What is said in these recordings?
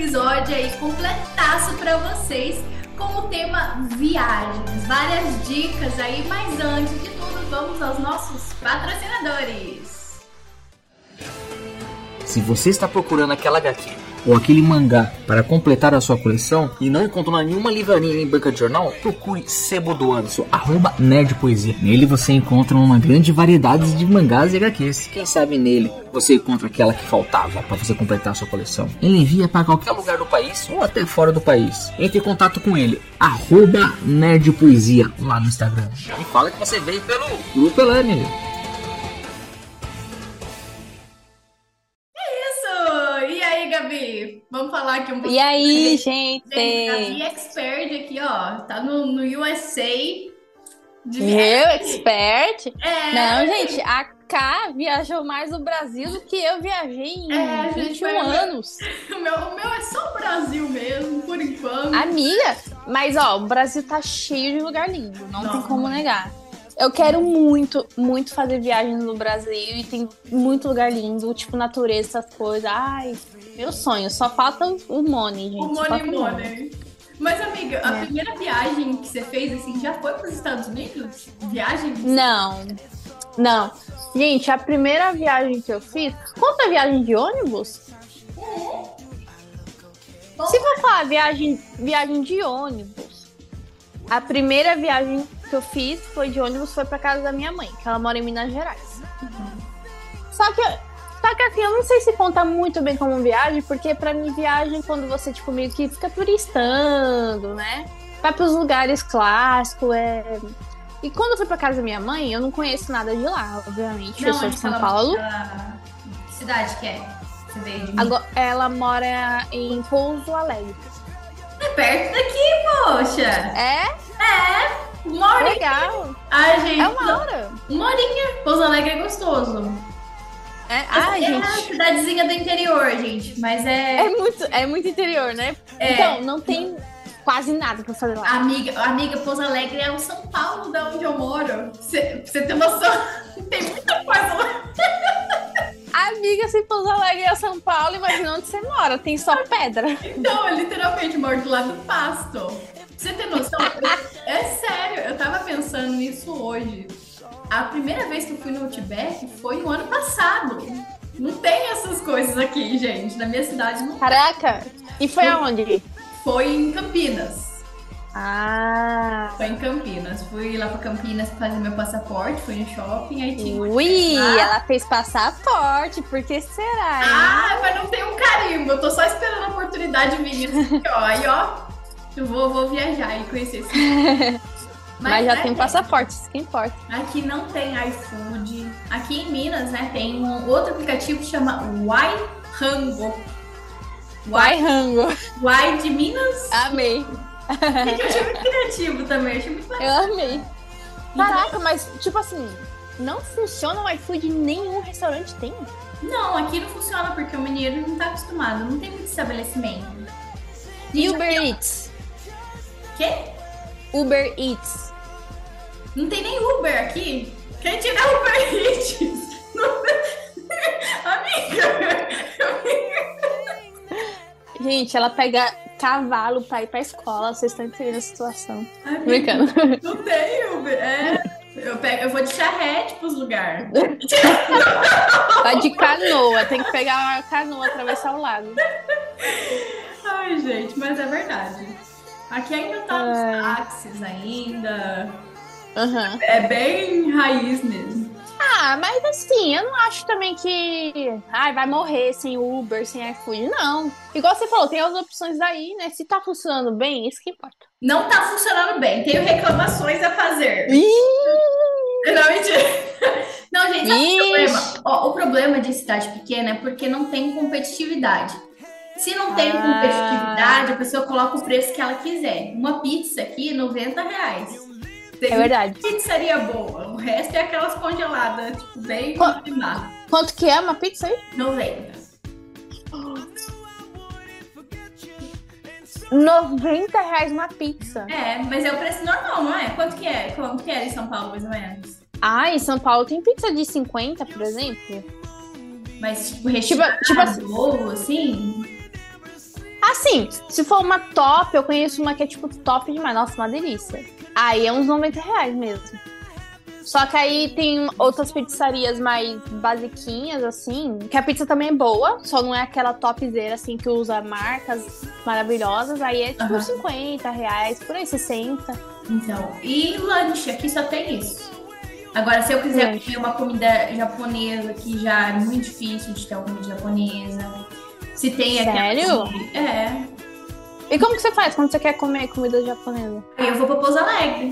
episódio aí completaço para vocês com o tema viagens, várias dicas aí, mas antes de tudo, vamos aos nossos patrocinadores. Se você está procurando aquela HQ ou aquele mangá para completar a sua coleção e não encontrou nenhuma livraria nem banca de jornal, procure Sebo do Anderson, @nerdpoesia. Nele você encontra uma grande variedade de mangás e HQs. Quem sabe nele você encontra aquela que faltava para você completar a sua coleção. Ele envia para qualquer lugar do país ou até fora do país. Entre em contato com ele, @nerdpoesia lá no Instagram. E fala que você veio pelo Grupo Elane. Gabi, vamos falar aqui um pouquinho. E aí, gente? Gabi Expert aqui, ó, tá no USA. Eu Expert? É. Não, gente, a K viajou mais no Brasil do que eu viajei em 21 anos. O meu é só o Brasil mesmo, por enquanto. Amiga, mas ó, o Brasil tá cheio de lugar lindo, não tem como negar. Eu quero muito, muito fazer viagens no Brasil e tem muito lugar lindo, tipo natureza, essas coisas. Ai, meu sonho, só falta o money, gente. O money. Mas, amiga, a primeira viagem que você fez, assim, já foi para os Estados Unidos? Viagem? Não. Gente, a primeira viagem que eu fiz... Conta a viagem de ônibus? Se for falar viagem de ônibus, a primeira viagem que eu fiz foi de ônibus, foi pra casa da minha mãe, que ela mora em Minas Gerais. Só que assim, eu não sei se conta muito bem como viagem, porque pra mim viagem quando você, tipo, meio que fica turistando, né? Vai pros lugares clássicos, E quando eu fui pra casa da minha mãe, eu não conheço nada de lá, obviamente. Eu sou de São Paulo. Que cidade que é? Você veio de Agora, ela mora em Pouso Alegre. É perto daqui, poxa! É? Uma horinha. Legal. Ai, gente. É uma hora. Uma horinha. Pouso Alegre é gostoso. Gente. É uma cidadezinha do interior, gente. Mas é... É muito interior, né? Então, não tem quase nada pra fazer lá. Amiga, Pouso Alegre é o São Paulo da onde eu moro. Você tem noção? Tem muita coisa lá. Amiga, se Pouso Alegre é São Paulo, imagina onde você mora. Tem só pedra. Então, eu literalmente moro do lado do pasto. Pra você ter noção? É sério, eu tava pensando nisso hoje. A primeira vez que eu fui no Outback foi no ano passado. Não tem essas coisas aqui, gente. Na minha cidade não. Caraca! E foi aonde? Foi em Campinas. Foi em Campinas. Fui lá pra Campinas fazer meu passaporte, fui no shopping, aí tinha... ela fez passaporte, por que será? Mas não tem um carimbo, eu tô só esperando a oportunidade minha. Assim, aí, ó, eu vou viajar e conhecer esse... Mas já tem passaporte, isso que importa. Aqui não tem iFood. Aqui em Minas, né, tem um outro aplicativo que chama Yrango. Y de Minas? Amei. Gente, eu achei muito criativo também, achei muito legal. Eu amei. Caraca, mas tipo assim, não funciona o iFood em nenhum restaurante tem? Não, aqui não funciona porque o mineiro não tá acostumado, não tem muito estabelecimento. E Uber Eats? Quê? Uber Eats. Não tem nem Uber aqui. Quem tira Uber Eats? Amiga. Gente, ela pega cavalo pra ir pra escola. Vocês estão entendendo a situação. Brincando. Não tem Uber. Eu vou de charrete pros lugares. Vai de canoa. Tem que pegar uma canoa, atravessar o lago. Ai, gente, mas é verdade. Aqui ainda tá nos táxis ainda. É bem raiz mesmo. Mas assim, eu não acho também que vai morrer sem Uber, sem iFood, não. Igual você falou, tem as opções daí, né? Se tá funcionando bem, isso que importa. Não tá funcionando bem, tenho reclamações a fazer. Não, mentira. Não, gente, sabe o problema? O problema de cidade pequena é porque não tem competitividade. Se não tem competitividade, a pessoa coloca o preço que ela quiser. Uma pizza aqui, R$90. É verdade. Pizzaria boa. O resto é aquelas congeladas, tipo, bem... Quanto que é uma pizza aí? 90. R$90 uma pizza. Mas é o preço normal, não é? Quanto que é? Quanto que é em São Paulo, mais ou menos? Em São Paulo tem pizza de 50, por exemplo. Mas, tipo, recheado, tipo assim, bolo, assim? Assim, se for uma top, eu conheço uma que é tipo top demais. Nossa, uma delícia. Aí é uns R$90 mesmo. Só que aí tem outras pizzarias mais basiquinhas, assim, que a pizza também é boa, só não é aquela topzera, assim, que usa marcas maravilhosas. Aí é tipo R$50, por aí, 60. Então, e lanche, aqui só tem isso. Agora, se eu quiser comer uma comida japonesa, que já é muito difícil de ter uma comida japonesa. Se tem aqui. Sério? É. E como que você faz quando você quer comer comida japonesa? Aí eu vou pra Pouso Alegre.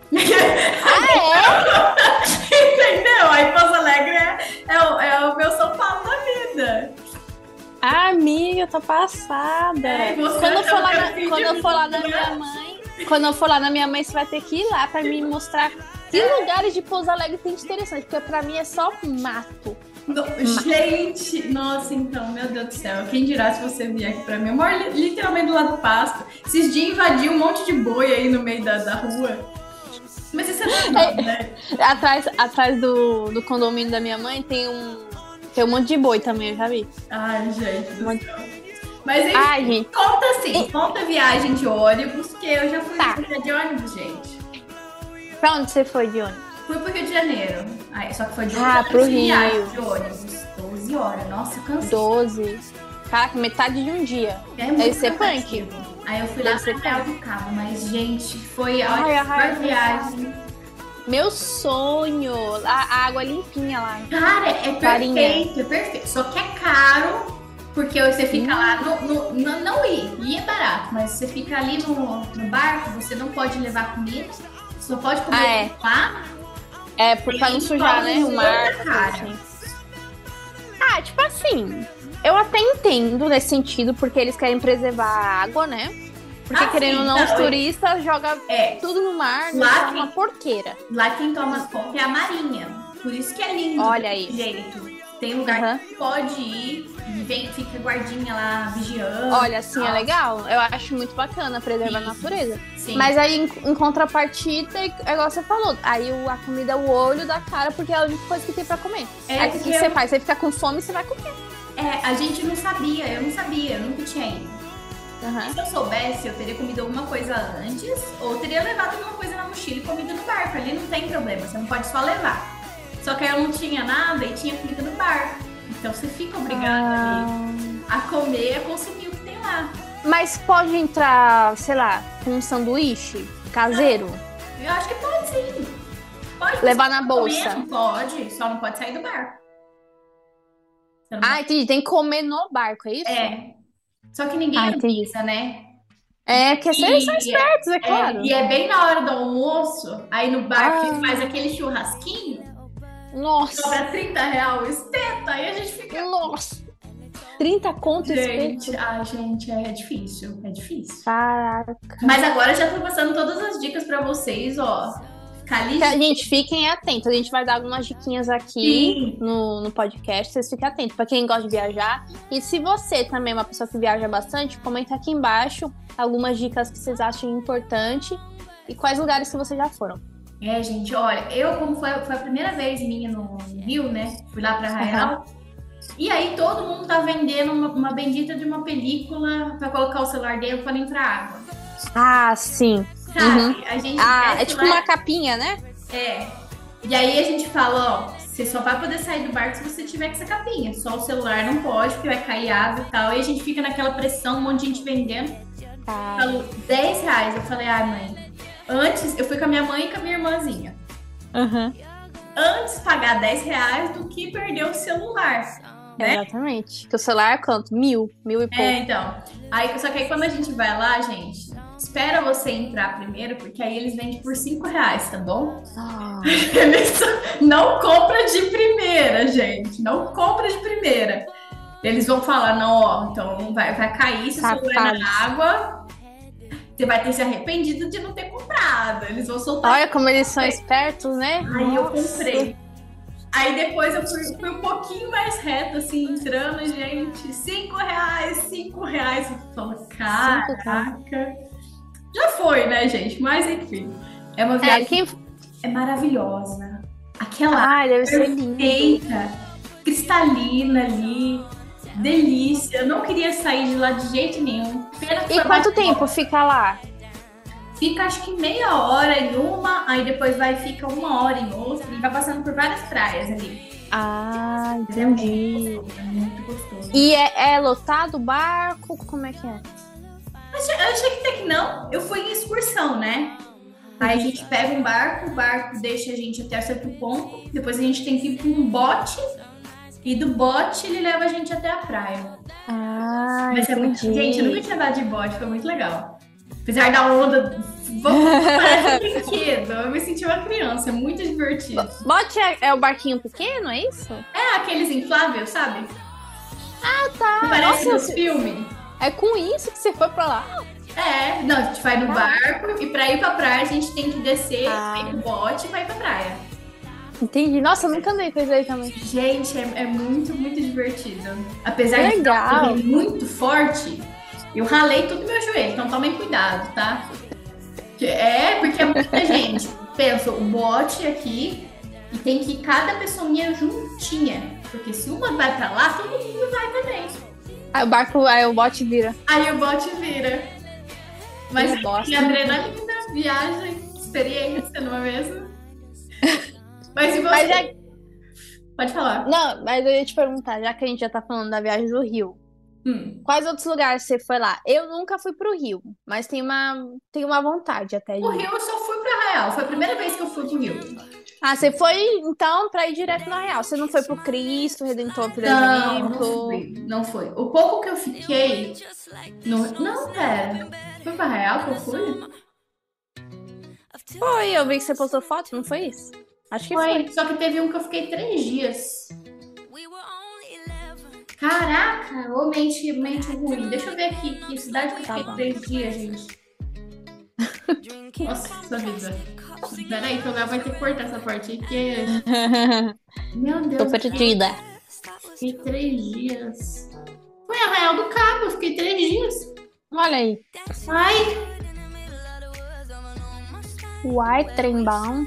Ah, Entendeu? Aí Pouso Alegre é o meu São Paulo da vida. Ah, amiga, eu tô passada. Quando eu for lá na minha mãe, quando eu for lá na minha mãe, você vai ter que ir lá pra me mostrar que lugares de Pouso Alegre tem de interessante, porque pra mim é só mato. Gente, nossa, então, meu Deus do céu. Quem dirá se você vier aqui pra mim? Eu moro literalmente do lado do pasto. Esses dias invadiu um monte de boi aí no meio da rua. Mas isso é normal, né? Atrás do condomínio da minha mãe tem um monte de boi também, eu já vi. Ai, gente do céu. Mas enfim, gente. conta assim, conta a viagem de ônibus, porque eu já fui de ônibus, gente. Pra onde você foi de ônibus? Fui pro Rio de Janeiro. Só que foi de pro Rio. De ônibus. 12 horas. Nossa, cansei. 12. Caraca, metade de um dia. Deve ser punk. Aí eu fui lá pra Arraial do Cabo, mas, gente, foi a melhor viagem. Meu sonho. A água limpinha lá. Cara, é perfeito, é perfeito. Só que é caro, porque você fica lá não ir é barato, mas você fica ali no barco, você não pode levar comida, você só pode comer lá. Pra não sujar, né? O mar. Cara. Tipo assim, eu até entendo nesse sentido, porque eles querem preservar a água, né? Porque querendo ou não, os turistas jogam tudo no mar, lá é uma porqueira. Lá quem toma conta é a marinha. Por isso que é lindo. Olha aí. Jeito. Tem lugar que pode ir e fica guardinha lá vigiando. Olha, assim é legal. Eu acho muito bacana preservar a natureza. Sim. Mas aí, em contrapartida, é igual você falou. Aí a comida é o olho da cara, porque é a única coisa que tem pra comer. Aí o que você faz? Você fica com fome e você vai comer. A gente não sabia, eu nunca tinha ido. Se eu soubesse, eu teria comido alguma coisa antes, ou teria levado alguma coisa na mochila e comido no barco. Ali não tem problema, você não pode só levar. Só que aí eu não tinha nada e tinha comida no barco. Então você fica obrigado ali a comer, a consumir o que tem lá. Mas pode entrar, sei lá, com um sanduíche caseiro? Eu acho que pode sim. Pode levar na bolsa? Pode, só não pode sair do barco. Entendi. Tem que comer no barco, é isso? Só que ninguém avisa, né? Que vocês são espertos, é claro. E é bem na hora do almoço, aí no barco a gente faz aquele churrasquinho. Nossa. Cobra R$30 o espeto, aí a gente fica... Nossa. 30 conto espeto? Gente, é difícil, é difícil. Caraca. Mas agora já tô passando todas as dicas pra vocês, ó. Gente, fiquem atentos. A gente vai dar algumas diquinhas aqui no podcast. Vocês fiquem atentos. Pra quem gosta de viajar. E se você também é uma pessoa que viaja bastante, comenta aqui embaixo algumas dicas que vocês acham importante e quais lugares que vocês já foram. Gente, olha, como foi a primeira vez minha no Rio, né? Fui lá pra Arraial. E aí todo mundo tá vendendo uma bendita de uma película pra colocar o celular dentro pra não entrar água. Sim. Sabe? A gente é tipo uma capinha, né? E aí a gente fala, você só vai poder sair do barco se você tiver com essa capinha. Só o celular não pode, porque vai cair água e tal. E a gente fica naquela pressão, um monte de gente vendendo. Falou R$10. Eu falei, mãe, antes, eu fui com a minha mãe e com a minha irmãzinha. Antes pagar R$10 do que perder o celular. Né? Exatamente. Porque o celular é quanto? 1.000 e pouco. Então. Só que aí quando a gente vai lá, gente, espera você entrar primeiro, porque aí eles vendem por R$5, tá bom? Eles não compra de primeira, gente. Não compra de primeira. Eles vão falar, não, então vai cair se o celular na água. Você vai ter se arrependido de não ter comprado. Eles vão soltar. Olha como eles são espertos, né? Aí eu comprei. Aí depois eu fui um pouquinho mais reto, assim, entrando, gente. R$5. Eu falo, caraca. Já foi, né, gente? Mas enfim. É uma viagem é maravilhosa. Aquela deve ser linda, cristalina ali. delícia. Eu não queria sair de lá de jeito nenhum. Pena que E foi quanto mais tempo fica lá? Fica acho que meia hora em uma, aí depois fica uma hora em outra e vai passando por várias praias ali. Ah, Mas entendi. é muito gostoso. E é lotado o barco? Como é que é? Eu achei que até que não. Eu fui em excursão, né? Aí a gente pega um barco, o barco deixa a gente até certo ponto, depois a gente tem que ir para um bote, e do bote ele leva a gente até a praia. Ah, Mas é muito... entendi. Gente, eu nunca tinha andado de bote, foi muito legal. Apesar da onda, parece um brinquedo. Eu me senti uma criança, é muito divertido. Bote é o barquinho pequeno, é isso? É aqueles infláveis, sabe? Ah, tá. Que parece Nossa, nos filmes. é com isso que você foi pra lá? É, não, a gente vai no barco e pra ir pra praia a gente tem que descer, Ah. ir no bote e vai pra praia. Entendi. Nossa, eu nunca andei com isso aí também. Gente, é muito, muito divertido. Apesar Legal. de ser muito forte, eu ralei tudo meu joelho, então tomem cuidado, tá? Porque é muita gente. Pensa, o bote aqui e tem que ir cada pessoinha juntinha. Porque se uma vai pra lá, todo mundo vai também. Aí o bote vira. Aí o bote vira. Mas Que bosta. que adrenalina, viagem, experiência, não é mesmo? Mas e você? Mas Pode falar. não, mas eu ia te perguntar, já que a gente já tá falando da viagem do Rio, quais outros lugares você foi lá? Eu nunca fui pro Rio, mas tenho uma vontade até de O ir. Rio eu só fui pra Arraial. Foi a primeira vez que eu fui pro Rio. Ah, você foi então pra ir direto na Real? Você não foi pro Cristo Redentor Filho Não Olímpico? fui. Não foi. O pouco que eu fiquei. Não, pera. Foi pra Arraial que eu fui? Foi, eu vi que você postou foto, não foi isso? Acho que foi. Só que teve um que eu fiquei 3 dias. Caraca, ô mente ruim. Deixa eu ver aqui. Que cidade que eu Tá fiquei bom. 3 dias, gente. Nossa vida. Peraí, que o Léo vai ter que cortar essa parte aí, porque. Meu Tô Deus. perdida. Fiquei 3 dias. Foi Arraial do Cabo, eu fiquei 3 dias. Olha aí. Ai, Uai, trembão.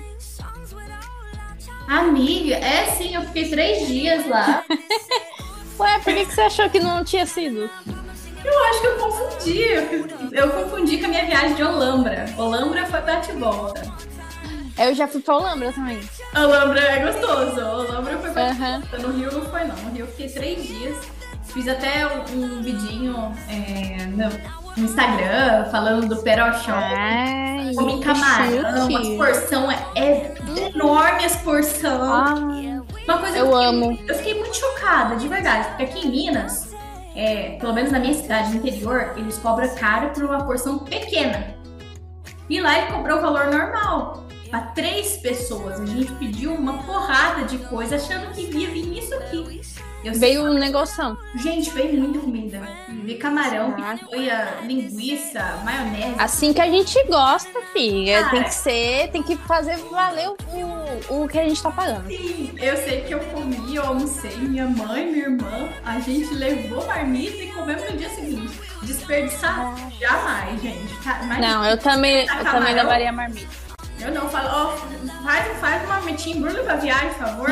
amiga, sim, eu fiquei 3 dias lá. Ué, por que você achou que não tinha sido? Eu acho que eu confundi. Eu confundi com a minha viagem de Olambra. Olambra foi bate e volta. Eu já fui pra Olambra também. Olambra é gostoso. Olambra foi bate e Aham. volta. No Rio não foi, não. No Rio eu fiquei 3 dias. Fiz até um vidinho no Instagram falando do Peró Show. Ai, Comi que camarão, chique. as porção é enorme as porção. Ai, Uma coisa eu que amo. eu fiquei muito chocada, de verdade, porque aqui em Minas, pelo menos na minha cidade, no interior, eles cobram caro por uma porção pequena. E lá ele cobrou o valor normal, para 3 pessoas. A gente pediu uma porrada de coisa, achando que ia vir isso aqui. Veio um negoção. Gente, veio muita comida. Veio camarão, Caraca. picanha, linguiça, maionese. Assim que a gente gosta, filha. Cara. Tem que fazer valer o que a gente tá pagando. Sim, eu sei que eu comi, eu almocei, minha mãe, minha irmã, a gente levou marmita e comemos no dia seguinte. Desperdiçar? Jamais, gente. Não, eu também camarão? levaria marmita. Eu não falo, faz uma marmitinha, embrulha pra viagem, por favor.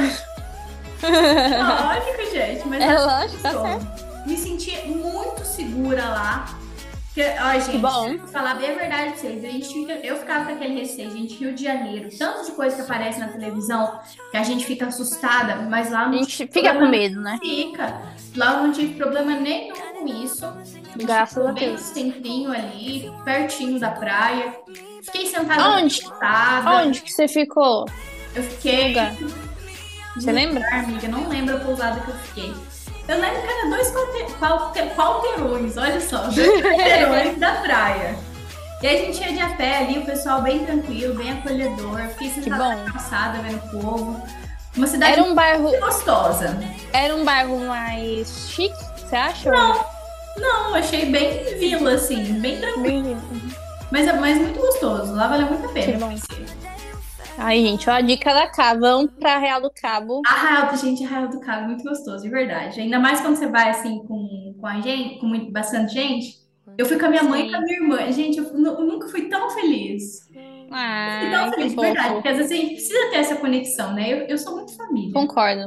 Lógico, gente, mas É lógico, tá gostoso. certo. Me senti muito segura lá. Gente, bom. falar bem a verdade pra vocês, eu ficava com aquele receio, gente, Rio de Janeiro, tanto de coisa que aparece na televisão, que a gente fica assustada, mas lá A não gente fica com medo, né? fica. Lá eu não tive problema nenhum com isso. Graças a Bem Deus. centrinho ali, pertinho da praia. Fiquei sentada Aonde? sentada. Onde que você ficou? Eu fiquei. Lugar. Você lembra? Amiga, não lembro a pousada que eu fiquei. Eu lembro que era 2 quarteirões, olha só, 2 quarteirões da praia. E a gente ia de a pé ali, o pessoal bem tranquilo, bem acolhedor. Fiquei sentada bom. na calçada, vendo o povo. Uma cidade Era um bairro, muito gostosa. mais chique, você acha? Não, achei bem vila, assim, bem tranquilo. Mas muito gostoso. Lá valeu muito a pena. Que bom. Aí, gente, ó, a dica da Cá. Vamos pra Real do Cabo. Arraial do Cabo, muito gostoso, de verdade. Ainda mais quando você vai assim com a gente, com bastante gente. Eu fui com a minha mãe e com a minha irmã. Gente, eu nunca fui tão feliz. Fui tão Ai, feliz, que de verdade. fofo. Porque às vezes a gente precisa ter essa conexão, né? Eu sou muito família. Concordo.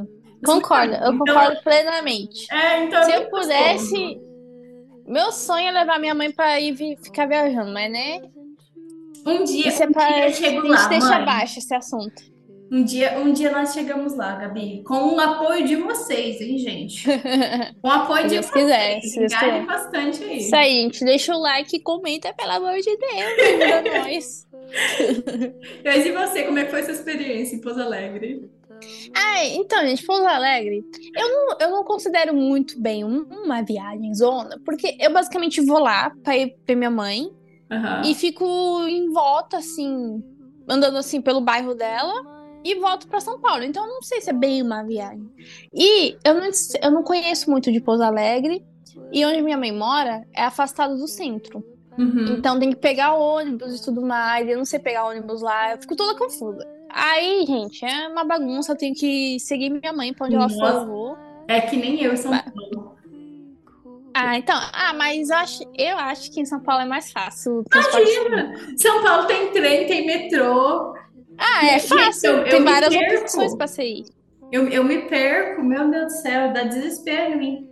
Concordo, eu concordo plenamente. Então Se eu pudesse, meu sonho é levar minha mãe pra ir ficar viajando, mas né? Um dia eu chego a lá, gente deixa mãe. abaixo esse assunto. Um dia nós chegamos lá, Gabi, com o apoio de vocês, hein, gente? Com o apoio de vocês. Engajem bastante aí. Isso aí, gente. Deixa o like e comenta, pelo amor de Deus. Ajuda nós. Mas e você, como é que foi sua experiência em Pouso Alegre? Então, gente, Pouso Alegre, eu não considero muito bem uma viagem zona, porque eu basicamente vou lá pra ir ver minha mãe e fico em volta, assim, andando assim pelo bairro dela. E volto pra São Paulo. Então, eu não sei se é bem uma viagem. E eu não conheço muito de Pouso Alegre. E onde minha mãe mora é afastado do centro. Então, tem que pegar ônibus e tudo mais. Eu não sei pegar ônibus lá. Eu fico toda confusa. Aí, gente, é uma bagunça. Eu tenho que seguir minha mãe pra onde ela for, eu vou. É que nem eu em São Paulo. Então. Mas eu acho que em São Paulo é mais fácil. Imagina! São Paulo tem trem, tem metrô. É fácil, tem várias opções pra você ir. Eu me perco, meu Deus do céu, dá desespero em mim.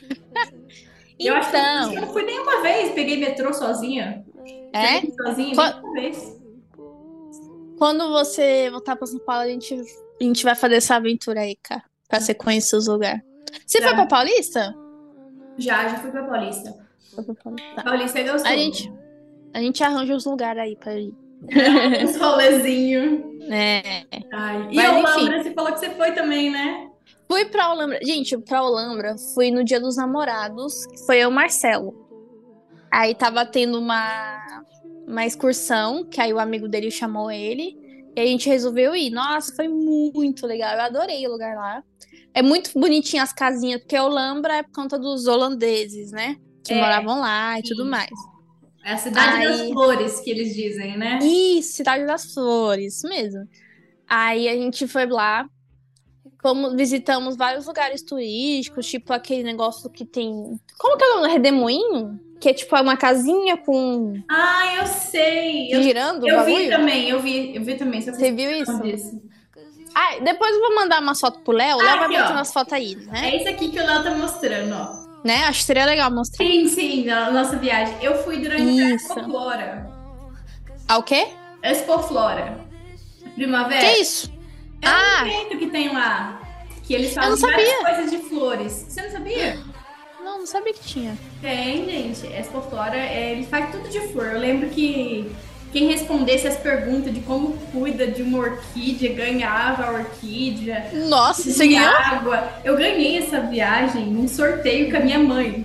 Eu acho que eu não fui nenhuma vez, peguei metrô sozinha. Sozinha, nenhuma vez. Quando você voltar pra São Paulo, a gente vai fazer essa aventura aí, cara, pra você conhecer os lugares. Você foi pra Paulista? Já fui pra Paulista. Paulista é gostoso. A gente arranja os lugares aí pra ir. Uns rolezinhos. E a Olambra, você falou que você foi também, né? Fui pra Olambra. Gente, pra Olambra fui no Dia dos Namorados, que foi eu e o Marcelo. Aí tava tendo uma excursão, que aí o amigo dele chamou ele. E a gente resolveu ir. Nossa, foi muito legal. Eu adorei o lugar lá. É muito bonitinho as casinhas, porque Olambra é por conta dos holandeses, né? Que moravam lá e tudo mais. É a cidade das flores, que eles dizem, né? Isso, cidade das flores, isso mesmo. Aí a gente foi lá, visitamos vários lugares turísticos, tipo aquele negócio que tem... Como que é o nome? Redemoinho? Que é tipo uma casinha com... eu sei! Girando eu vi também, eu vi também. Você viu isso? Depois eu vou mandar uma foto pro Léo. O Léo vai botando as fotos aí, né? É isso aqui que o Léo tá mostrando, ó. Né? Acho que seria legal mostrar. Sim, na nossa viagem. Eu fui durante a Expo Flora. O quê? Expo Flora. Primavera. Que isso? É um evento que tem lá. Que eles fazem várias coisas de flores. Você não sabia? Não sabia que tinha. Tem, gente. Expo Flora, ele faz tudo de flor. Eu lembro que quem respondesse as perguntas de como cuida de uma orquídea ganhava a orquídea. Nossa, isso ganhou? Água. Eu ganhei essa viagem num sorteio com a minha mãe.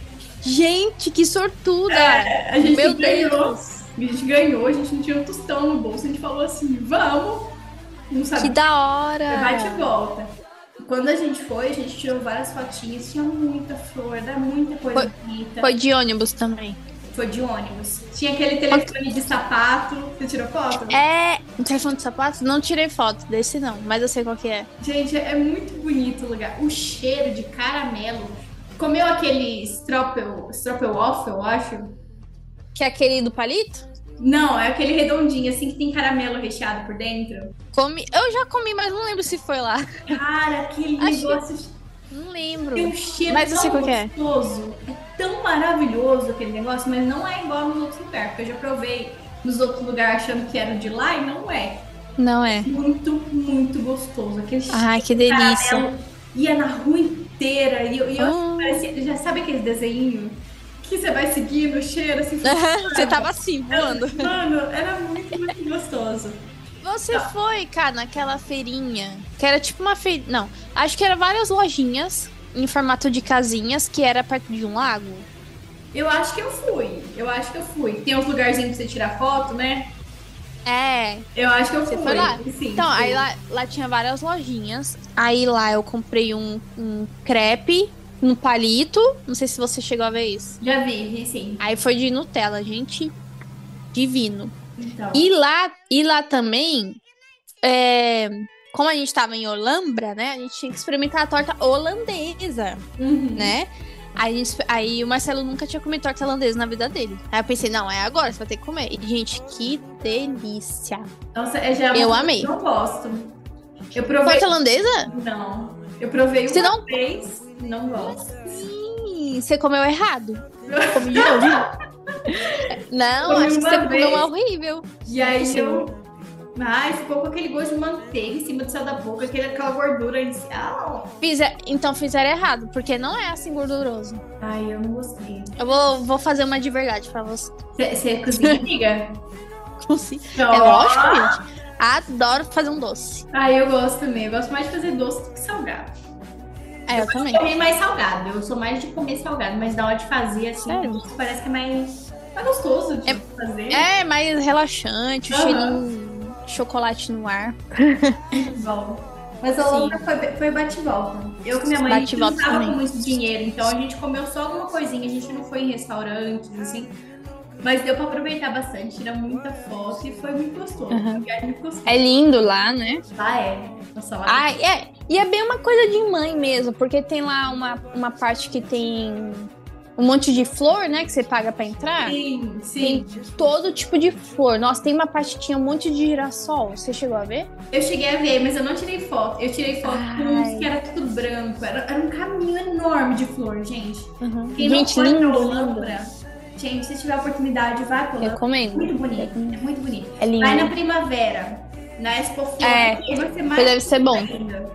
Gente, que sortuda! A gente ganhou. A gente ganhou, a gente não tinha um tostão no bolso. A gente falou assim, vamos. Não sabia. Que da hora! Bate e volta. Quando a gente foi, a gente tirou várias fotinhas. Tinha muita flor, dá muita coisa bonita. Foi de ônibus também. Foi de ônibus. Tinha aquele telefone de sapato. Você tirou foto? Um telefone de sapato? Não tirei foto desse não, mas eu sei qual que é. Gente, é muito bonito o lugar. O cheiro de caramelo. Comeu aquele Stroopwafel, eu acho? Que é aquele do palito? Não, é aquele redondinho, assim, que tem caramelo recheado por dentro. Eu já comi, mas não lembro se foi lá. Cara, aquele negócio... Não lembro. Tem um cheiro mas eu sei qual gostoso. É tão maravilhoso aquele negócio, mas não é igual nos outros lugares. Porque eu já provei nos outros lugares achando que era de lá e não é. Não é. Muito, muito gostoso. Aquele cheiro que delícia. Caramelo. Ia na rua inteira. E eu parecia, já sabe aquele desenho que você vai seguindo o cheiro assim? Você tava assim, voando. Mano, era muito, muito gostoso. Você foi, cara, naquela feirinha, que era tipo uma feirinha... Não, acho que era várias lojinhas em formato de casinhas, que era perto de um lago. Eu acho que eu fui. Tem uns lugarzinhos pra você tirar foto, né? Eu acho que eu fui. Você foi lá? Sim, então, aí lá tinha várias lojinhas. Aí lá eu comprei um crepe no palito. Não sei se você chegou a ver isso. Já vi sim. Aí foi de Nutella, gente. Divino. Então. E lá também, como a gente tava em Olambra, né? A gente tinha que experimentar a torta holandesa, né? Aí o Marcelo nunca tinha comido torta holandesa na vida dele. Aí eu pensei, não, é agora, você vai ter que comer. E, gente, que delícia. Nossa, eu amei. Eu não gosto. Eu provei... Torta holandesa? Não. Eu provei Se uma não- vez, não gosto. Ih, você comeu errado. Comi de novo. Não, Comi acho que uma você comeu vez. uma horrível. E aí Sim. Ai, ficou com aquele gosto de manteiga em cima do céu da boca, aquela gordura inicial. Então fizeram errado, porque não é assim gorduroso. Ai, eu não gostei. Eu vou fazer uma de verdade pra você. Você cozinha, amiga? É lógico, gente. Adoro fazer um doce. Ai, eu gosto também. Eu gosto mais de fazer doce do que salgado. Eu também. Eu comi mais salgado. Eu sou mais de comer salgado, mas na hora de fazer, assim, Sério? doce parece que é mais gostoso de fazer. É mais relaxante, o cheirinho de chocolate no ar. Muito bom. Mas a outra foi bate-volta. Eu com minha mãe, a gente não tava com muito dinheiro, então a gente comeu só alguma coisinha. A gente não foi em restaurantes, assim. Mas deu pra aproveitar bastante, tirar muita foto e foi muito gostoso. Uma viagem muito gostosa. É lindo lá, né? Ah, é. Nossa, lá Ah, é. E é bem uma coisa de mãe mesmo, porque tem lá uma parte que tem um monte de flor, né? Que você paga pra entrar. Sim. Tem todo tipo de flor. Nossa, tem uma parte que tinha um monte de girassol. Você chegou a ver? Eu cheguei a ver, mas eu não tirei foto. Eu tirei foto com uns que era tudo branco. Era um caminho enorme de flor, gente. Quem Gente, não foi lindo, pra lindo. Olambra, gente, se tiver a oportunidade, vai pra Olambra. Recomendo. Muito bonito. É muito bonito. É lindo. Vai na primavera, na Expo Flor. É, que vai ser mais deve ser bom. ainda.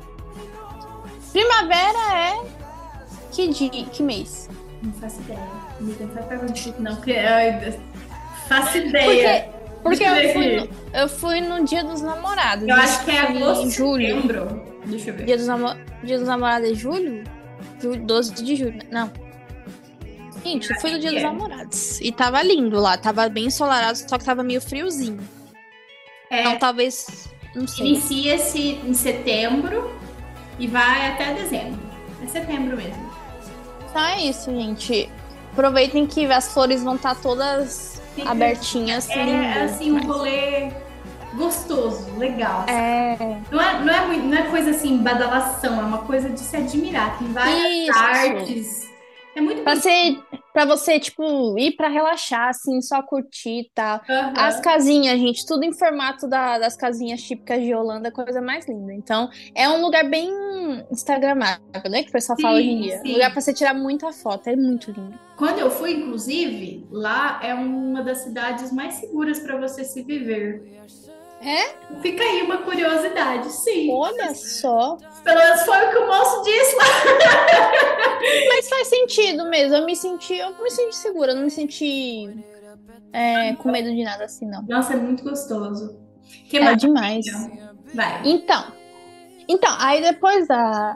Primavera é que mês? Não faço ideia. Não faz pergunta difícil, não, porque faço ideia. Porque Deixa eu ver eu fui no Dia dos Namorados. Eu acho que é Foi agosto, em julho. setembro. Deixa eu ver. Dia dos Namorados é julho? 12 de julho. Não. Gente, eu fui no Dia dos Namorados. E tava lindo lá. Tava bem ensolarado, só que tava meio friozinho. Então talvez. Não sei. Inicia-se em setembro e vai até dezembro. É setembro mesmo. Então é isso, gente. Aproveitem que as flores vão estar todas abertinhas. É assim, um demais. rolê gostoso, legal. É. Não é coisa assim, badalação, é uma coisa de se admirar. Tem várias Isso. artes. É muito Pra você, tipo, ir pra relaxar, assim, só curtir e tal. Aham. As casinhas, gente, tudo em formato das casinhas típicas de Holanda, coisa mais linda. Então, é um lugar bem instagramável, né? Que o pessoal fala hoje em dia. Sim. Lugar pra você tirar muita foto, é muito lindo. Quando eu fui, inclusive, lá é uma das cidades mais seguras para você se viver. É? Fica aí uma curiosidade, sim. Olha só. Pelo menos foi o que o moço disse lá. Mas faz sentido mesmo. Eu me senti segura, eu não me senti com medo de nada assim, não. Nossa, é muito gostoso. Que É mais? demais. Vai. Então, aí depois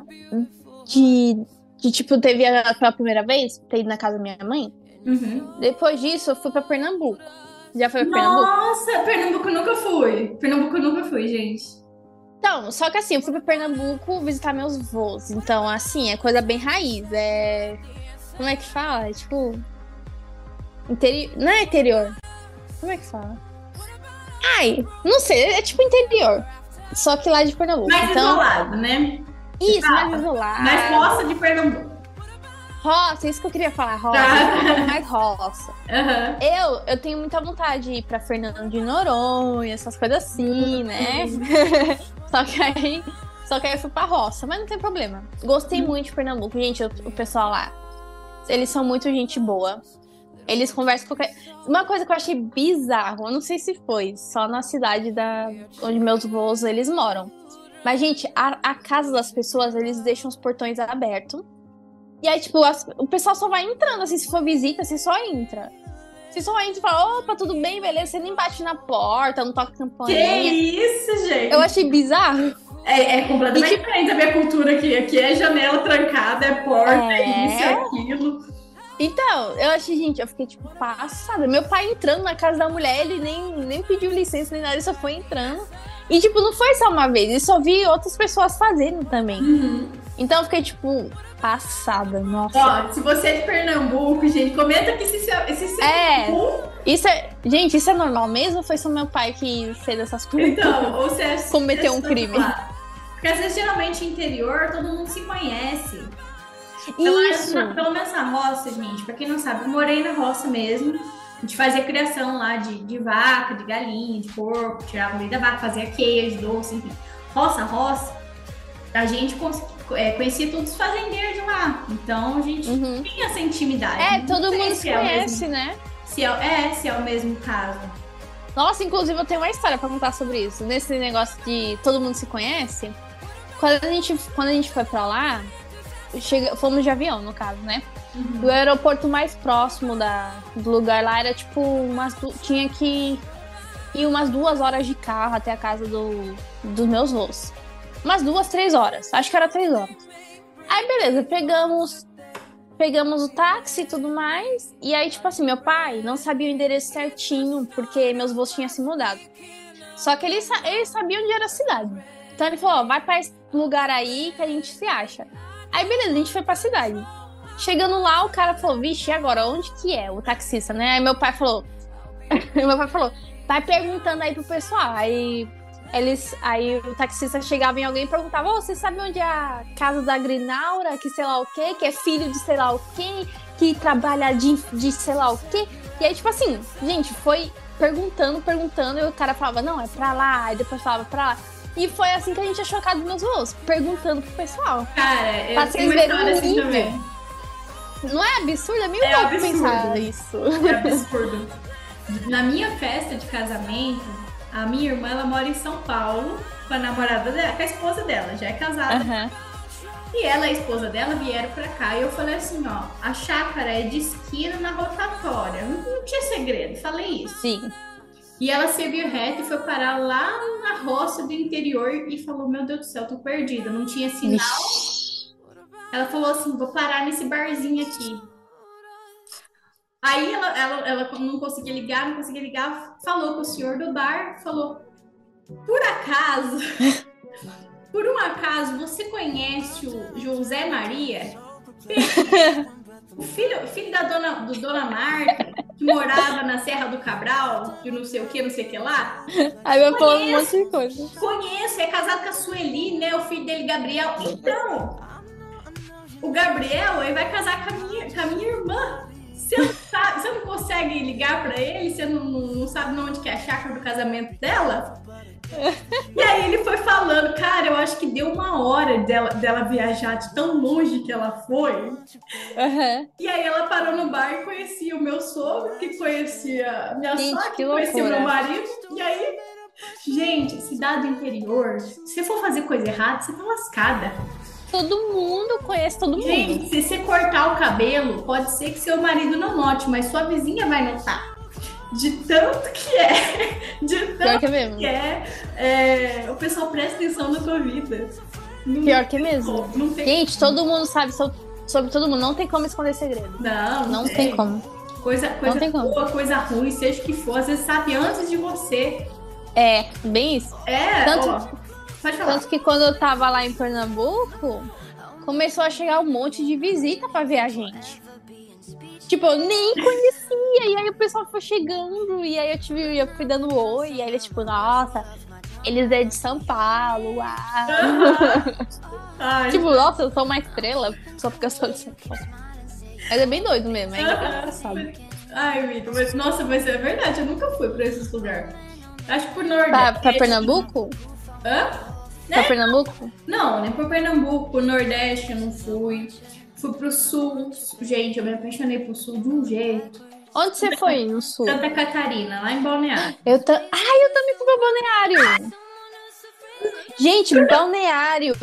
de tipo, ter viajado pela primeira vez, ter ido na casa da minha mãe, depois disso eu fui pra Pernambuco. Já foi pra Pernambuco? Nossa, Pernambuco eu nunca fui, gente. Então, só que assim, eu fui pra Pernambuco visitar meus avós. Então, assim, é coisa bem raiz. Como é que fala? É tipo. Não é interior. Como é que fala? Ai, não sei, é tipo interior. Só que lá de Pernambuco. Mais isolado, né? Isso, mais isolado. Mais roça de Pernambuco. Roça, isso que eu queria falar, roça. Mais roça. Eu tenho muita vontade de ir pra Fernando de Noronha, essas coisas assim, né? Só que aí eu fui pra roça, mas não tem problema. Gostei muito de Pernambuco, gente, o pessoal lá. Eles são muito gente boa. Eles conversam com qualquer... Uma coisa que eu achei bizarro, eu não sei se foi, só na cidade onde meus avós eles moram. Mas, gente, a casa das pessoas, eles deixam os portões abertos. E aí, tipo, o pessoal só vai entrando, assim, se for visita, você só entra. Você só entra e fala, opa, tudo bem, beleza? Você nem bate na porta, não toca campainha. Que isso, gente? Eu achei bizarro. É completamente diferente a minha cultura aqui. Aqui é janela trancada, é porta, é isso, é aquilo. Então, eu fiquei, tipo, passada. Meu pai entrando na casa da mulher, ele nem pediu licença, nem nada, ele só foi entrando. E, tipo, não foi só uma vez, eu só vi outras pessoas fazendo também. Então, eu fiquei, tipo... Passada, nossa. Ó, se você é de Pernambuco, gente, comenta aqui se isso gente, isso é normal mesmo ou foi só meu pai que fez essas coisas? Então, ou você cometeu um crime. Porque às vezes, geralmente, interior, todo mundo se conhece. Isso. Pelo menos na roça, gente, pra quem não sabe, eu morei na roça mesmo. A gente fazia criação lá de vaca, de galinha, de porco, tirava o leite da vaca, fazia queijo, doce, enfim. Roça, a gente conhecia todos os fazendeiros de lá. Então a gente tinha essa intimidade. Todo Não sei mundo se conhece, né? Se é o mesmo caso. Nossa, inclusive eu tenho uma história pra contar sobre isso. Nesse negócio de todo mundo se conhece. Quando a gente foi pra lá, fomos de avião, no caso, né? O aeroporto mais próximo do lugar lá era tipo tinha que ir umas 2 horas de carro até a casa dos meus avós. Umas 2, 3 horas. Acho que era 3 horas. Aí, beleza, pegamos o táxi e tudo mais. E aí, tipo assim, meu pai não sabia o endereço certinho, porque meus avós tinham se mudado. Só que ele sabia onde era a cidade. Então ele falou, vai pra esse lugar aí que a gente se acha. Aí, beleza, a gente foi pra cidade. Chegando lá, o cara falou, vixe, e agora? Onde que é? O taxista, né? Aí meu pai falou, vai perguntando aí pro pessoal. Aí o taxista chegava em alguém e perguntava, você sabe onde é a casa da Grinaura, que sei lá o quê, que é filho de sei lá o quê, que trabalha de sei lá o quê. E aí, tipo assim, gente, foi perguntando, e o cara falava, não, é pra lá, aí depois falava pra lá. E foi assim que a gente achou a casa dos meus avós, perguntando pro pessoal. Cara, eu tenho uma história assim também. Não é absurdo? É meio louco pensar isso. É absurdo. Na minha festa de casamento, a minha irmã, ela mora em São Paulo com a namorada dela, com a esposa dela, já é casada. E ela e a esposa dela vieram pra cá e eu falei assim, ó, a chácara é de esquina na rotatória. Não tinha segredo, falei isso. Sim. E ela seguiu reto e foi parar lá na roça do interior e falou, meu Deus do céu, tô perdida, não tinha sinal. Ela falou assim, vou parar nesse barzinho aqui. Aí ela não conseguia ligar, falou com o senhor do bar, falou, por um acaso, você conhece o José Maria? O filho da dona Marta, que morava na Serra do Cabral, de não sei o que lá? Aí vai falando um monte de coisa. Conheço, é casado com a Sueli, né? O filho dele, Gabriel. Então, o Gabriel, ele vai casar com a minha irmã. Você não consegue ligar pra ele? Você não sabe onde que é a chácara do casamento dela? E aí ele foi falando, cara, eu acho que deu 1 hora dela viajar de tão longe que ela foi. E aí ela parou no bar e conhecia o meu sogro, que conhecia minha sogra, que conhecia meu marido. E aí, gente, cidade do interior, se você for fazer coisa errada, você tá lascada. Todo mundo conhece todo mundo. Gente, se você cortar o cabelo, pode ser que seu marido não note, mas sua vizinha vai notar. De tanto que é. Pior que é mesmo. O pessoal presta atenção na tua vida. Pior que é mesmo. Gente, todo mundo sabe sobre todo mundo. Não tem como esconder segredo. Não tem como. Coisa boa, coisa ruim, seja o que for, às vezes sabe antes de você. É, bem isso. Pode falar. Tanto que quando eu tava lá em Pernambuco, começou a chegar um monte de visita pra ver a gente. Tipo, eu nem conhecia, e aí o pessoal foi chegando, e aí eu fui dando oi, e aí eles tipo, nossa, eles é de São Paulo, Tipo, nossa, eu sou uma estrela, só porque eu sou de São Paulo. Mas é bem doido mesmo, é engraçado. Ai, amiga, mas é verdade, eu nunca fui pra esses lugares. Acho que por Nordeste. Pra Pernambuco? Pra Pernambuco? Não, nem pra Pernambuco, pro Nordeste eu não fui. Fui pro Sul. Gente, eu me apaixonei pro Sul de um jeito. Onde você foi no Sul? Santa Catarina, lá em Balneário. Eu também fui pra Balneário. Gente, Balneário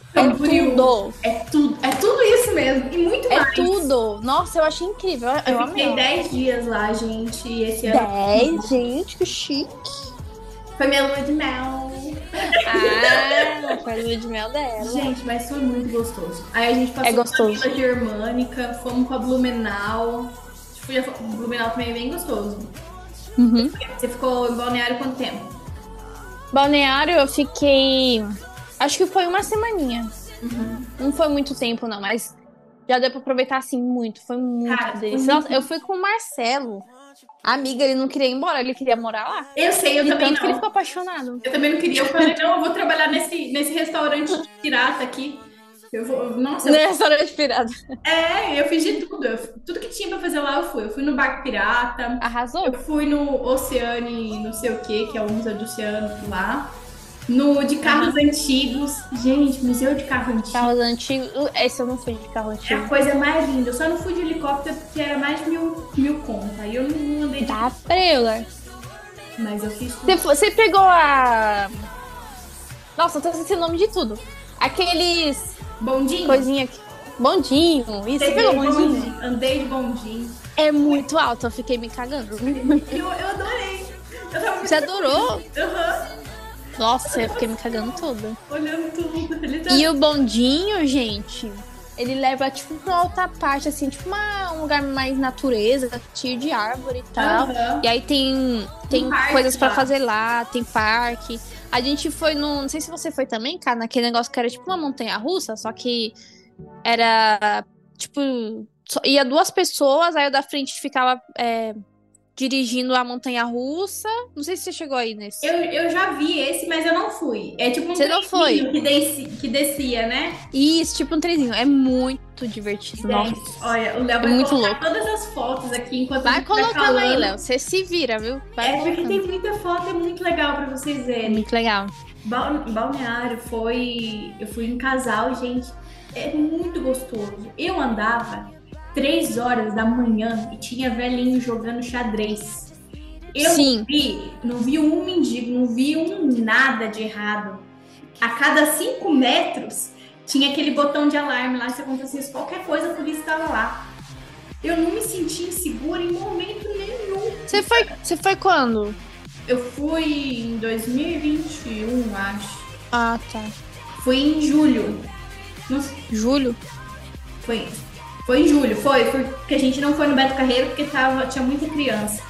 é tudo isso mesmo. E muito mais. É tudo. Nossa, eu achei incrível. Eu fiquei 10 dias lá, gente. E esse 10? Gente, que chique. Foi minha lua de mel. Foi a lua de mel dela. Gente, mas foi muito gostoso. Aí a gente passou pela Vila Germânica, fomos pra Blumenau. Blumenau também é bem gostoso. Você ficou em Balneário quanto tempo? Balneário eu fiquei... Acho que foi uma semaninha. Não foi muito tempo, não, mas já deu pra aproveitar, assim, muito. Foi muito delicioso. Eu fui com o Marcelo. Amiga, ele não queria ir embora, ele queria morar lá. Eu sei, eu também não. Que ele ficou apaixonado. Eu também não queria. Eu falei, não, eu vou trabalhar nesse restaurante pirata aqui. Restaurante pirata. Eu fiz de tudo. Tudo que tinha pra fazer lá eu fui. Eu fui no barco pirata. Arrasou. Eu fui no Oceane, não sei o que é o Museu do Oceano lá. No de carros antigos. Gente, museu de carro antigo. Carros antigos. Esse eu não fui de carro É antigo. a coisa mais linda. Eu só não fui de helicóptero porque era mais de mil conta. Aí eu não andei de. Tá preula. Mas eu fiz tudo. Você pegou a. Nossa, eu tô esquecendo o nome de tudo. Aqueles. Bondinho? Coisinha aqui. Bondinho. Isso, você pegou bondinho? Andei de bondinho. É muito alto, eu fiquei me cagando. Eu adorei. Você adorou? Aham. Nossa, eu fiquei me cagando toda. Olhando tudo. E o bondinho, gente, ele leva, tipo, pra outra parte, assim, tipo um lugar mais natureza, cheio de árvore e tal. E aí tem coisas pra fazer lá, tem parque. A gente foi não sei se você foi também, cara, naquele negócio que era tipo uma montanha-russa, só que era, tipo, ia 2 pessoas, aí o da frente ficava dirigindo a montanha-russa. Não sei se você chegou aí nesse. Eu já vi esse, mas eu não fui. É tipo um Você não foi? que descia, né? Isso, tipo um trenzinho. É muito divertido. Nossa. Olha, o Léo vai muito colocar louco. todas as fotos aqui enquanto Vai a gente vai colocando falando. aí, Léo. Você se vira, viu? Vai porque colocando. tem muita foto, é muito legal pra vocês É verem. muito legal. Balneário eu fui em casal, gente. É muito gostoso. Eu andava 3 horas da manhã e tinha velhinho jogando xadrez. Eu Sim. não vi um mendigo, não vi nada de errado. A cada 5 metros tinha aquele botão de alarme lá, se acontecesse qualquer coisa, a polícia estava lá. Eu não me senti insegura em momento nenhum. Você foi quando? Eu fui em 2021, acho. Ah, tá. Fui em julho. Julho? Foi em julho, porque a gente não foi no Beto Carreiro porque tinha muita criança.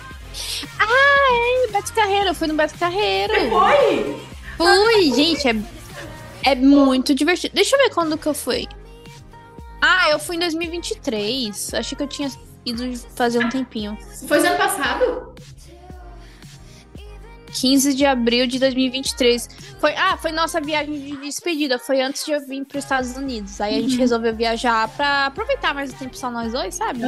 Beto Carreiro, eu fui no Beto Carreiro. Você foi? Fui, gente, é muito divertido. Deixa eu ver quando que eu fui. Eu fui em 2023. Achei que eu tinha ido fazer um tempinho. Foi ano passado? 15 de abril de 2023. Foi nossa viagem de despedida. Foi antes de eu vir para os Estados Unidos. Aí a gente resolveu viajar pra aproveitar mais o tempo só nós dois, sabe?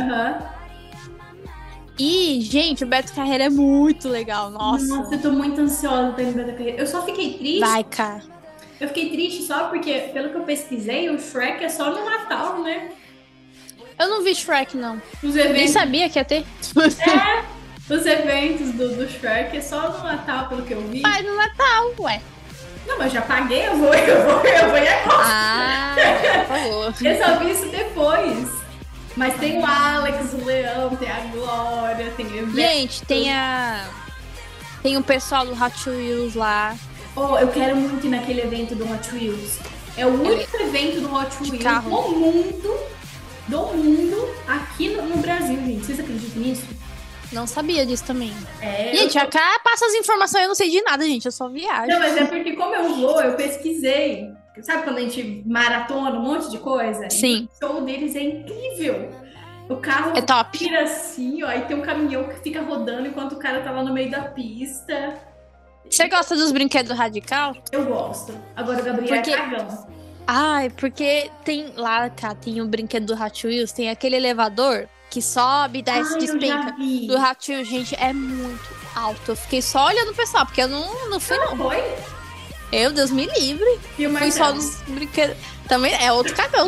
E, gente, o Beto Carreiro é muito legal. Nossa, eu tô muito ansiosa pra ir no Beto Carreiro. Eu só fiquei triste. Vai, cara. Eu fiquei triste só porque, pelo que eu pesquisei, o Shrek é só no Natal, né? Eu não vi Shrek, não. Os eventos... Nem sabia que ia ter. Os eventos do Shrek é só no Natal, pelo que eu vi. Vai no Natal, ué. Não, mas eu já paguei, eu vou em agosto. Por favor. Eu só vi isso depois. Mas tem o Alex, o Leão, tem a Glória, tem o evento. Gente, tem o pessoal do Hot Wheels lá. Eu quero muito ir naquele evento do Hot Wheels. É o único evento do Hot Wheels do mundo aqui no Brasil, gente. Vocês acreditam nisso? Não sabia disso também. Gente, acá passa as informações, eu não sei de nada, gente. Eu só viajo. Não, mas é porque como eu pesquisei. Sabe quando a gente maratona um monte de coisa? Sim. O show deles é incrível. O carro é top. Vira assim, ó, aí tem um caminhão que fica rodando enquanto o cara tá lá no meio da pista. Você gosta dos brinquedos radical? Eu gosto. Agora o Gabriel é cagão. Porque tem lá, cara, tem o brinquedo do Hot Wheels, tem aquele elevador que sobe, desce, despenca. Do Hot Wheels, gente, é muito alto. Eu fiquei só olhando o pessoal, porque eu não fui, não. Foi? Deus me livre. Fui só nos brinquedos. Também é outro cagão.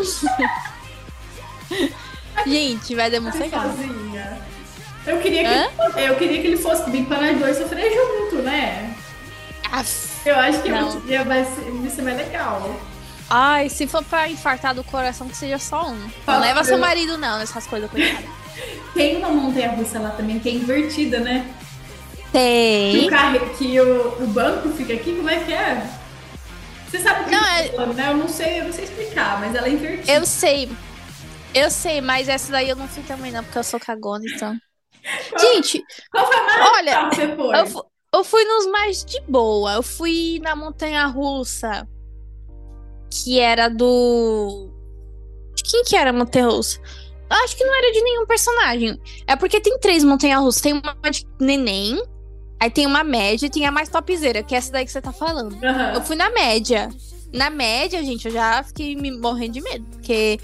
Gente, vai dar muito legal. Eu queria que ele fosse bem para nós dois sofrer junto, né? Eu acho que vai ser mais legal. Se for pra infartar do coração, que seja só um. Não leva seu marido, não, nessas coisas, coitado. Tem uma montanha-russa lá também, que é invertida, né? Tem. Que o banco fica aqui, como é que é? Você sabe o que eu tô falando, né? Eu não sei explicar, mas ela é invertida. Eu sei, mas essa daí eu não fui também não, porque eu sou cagona, então. Gente, qual foi a maior que você foi? Eu fui nos mais de boa. Eu fui na montanha-russa, que era do... Quem que era a montanha-russa? Acho que não era de nenhum personagem. É porque tem 3 montanha-russas. Tem uma de neném, aí tem uma média e tem a mais topzera, que é essa daí que você tá falando. Eu fui na média. Na média, gente, eu já fiquei me morrendo de medo. Porque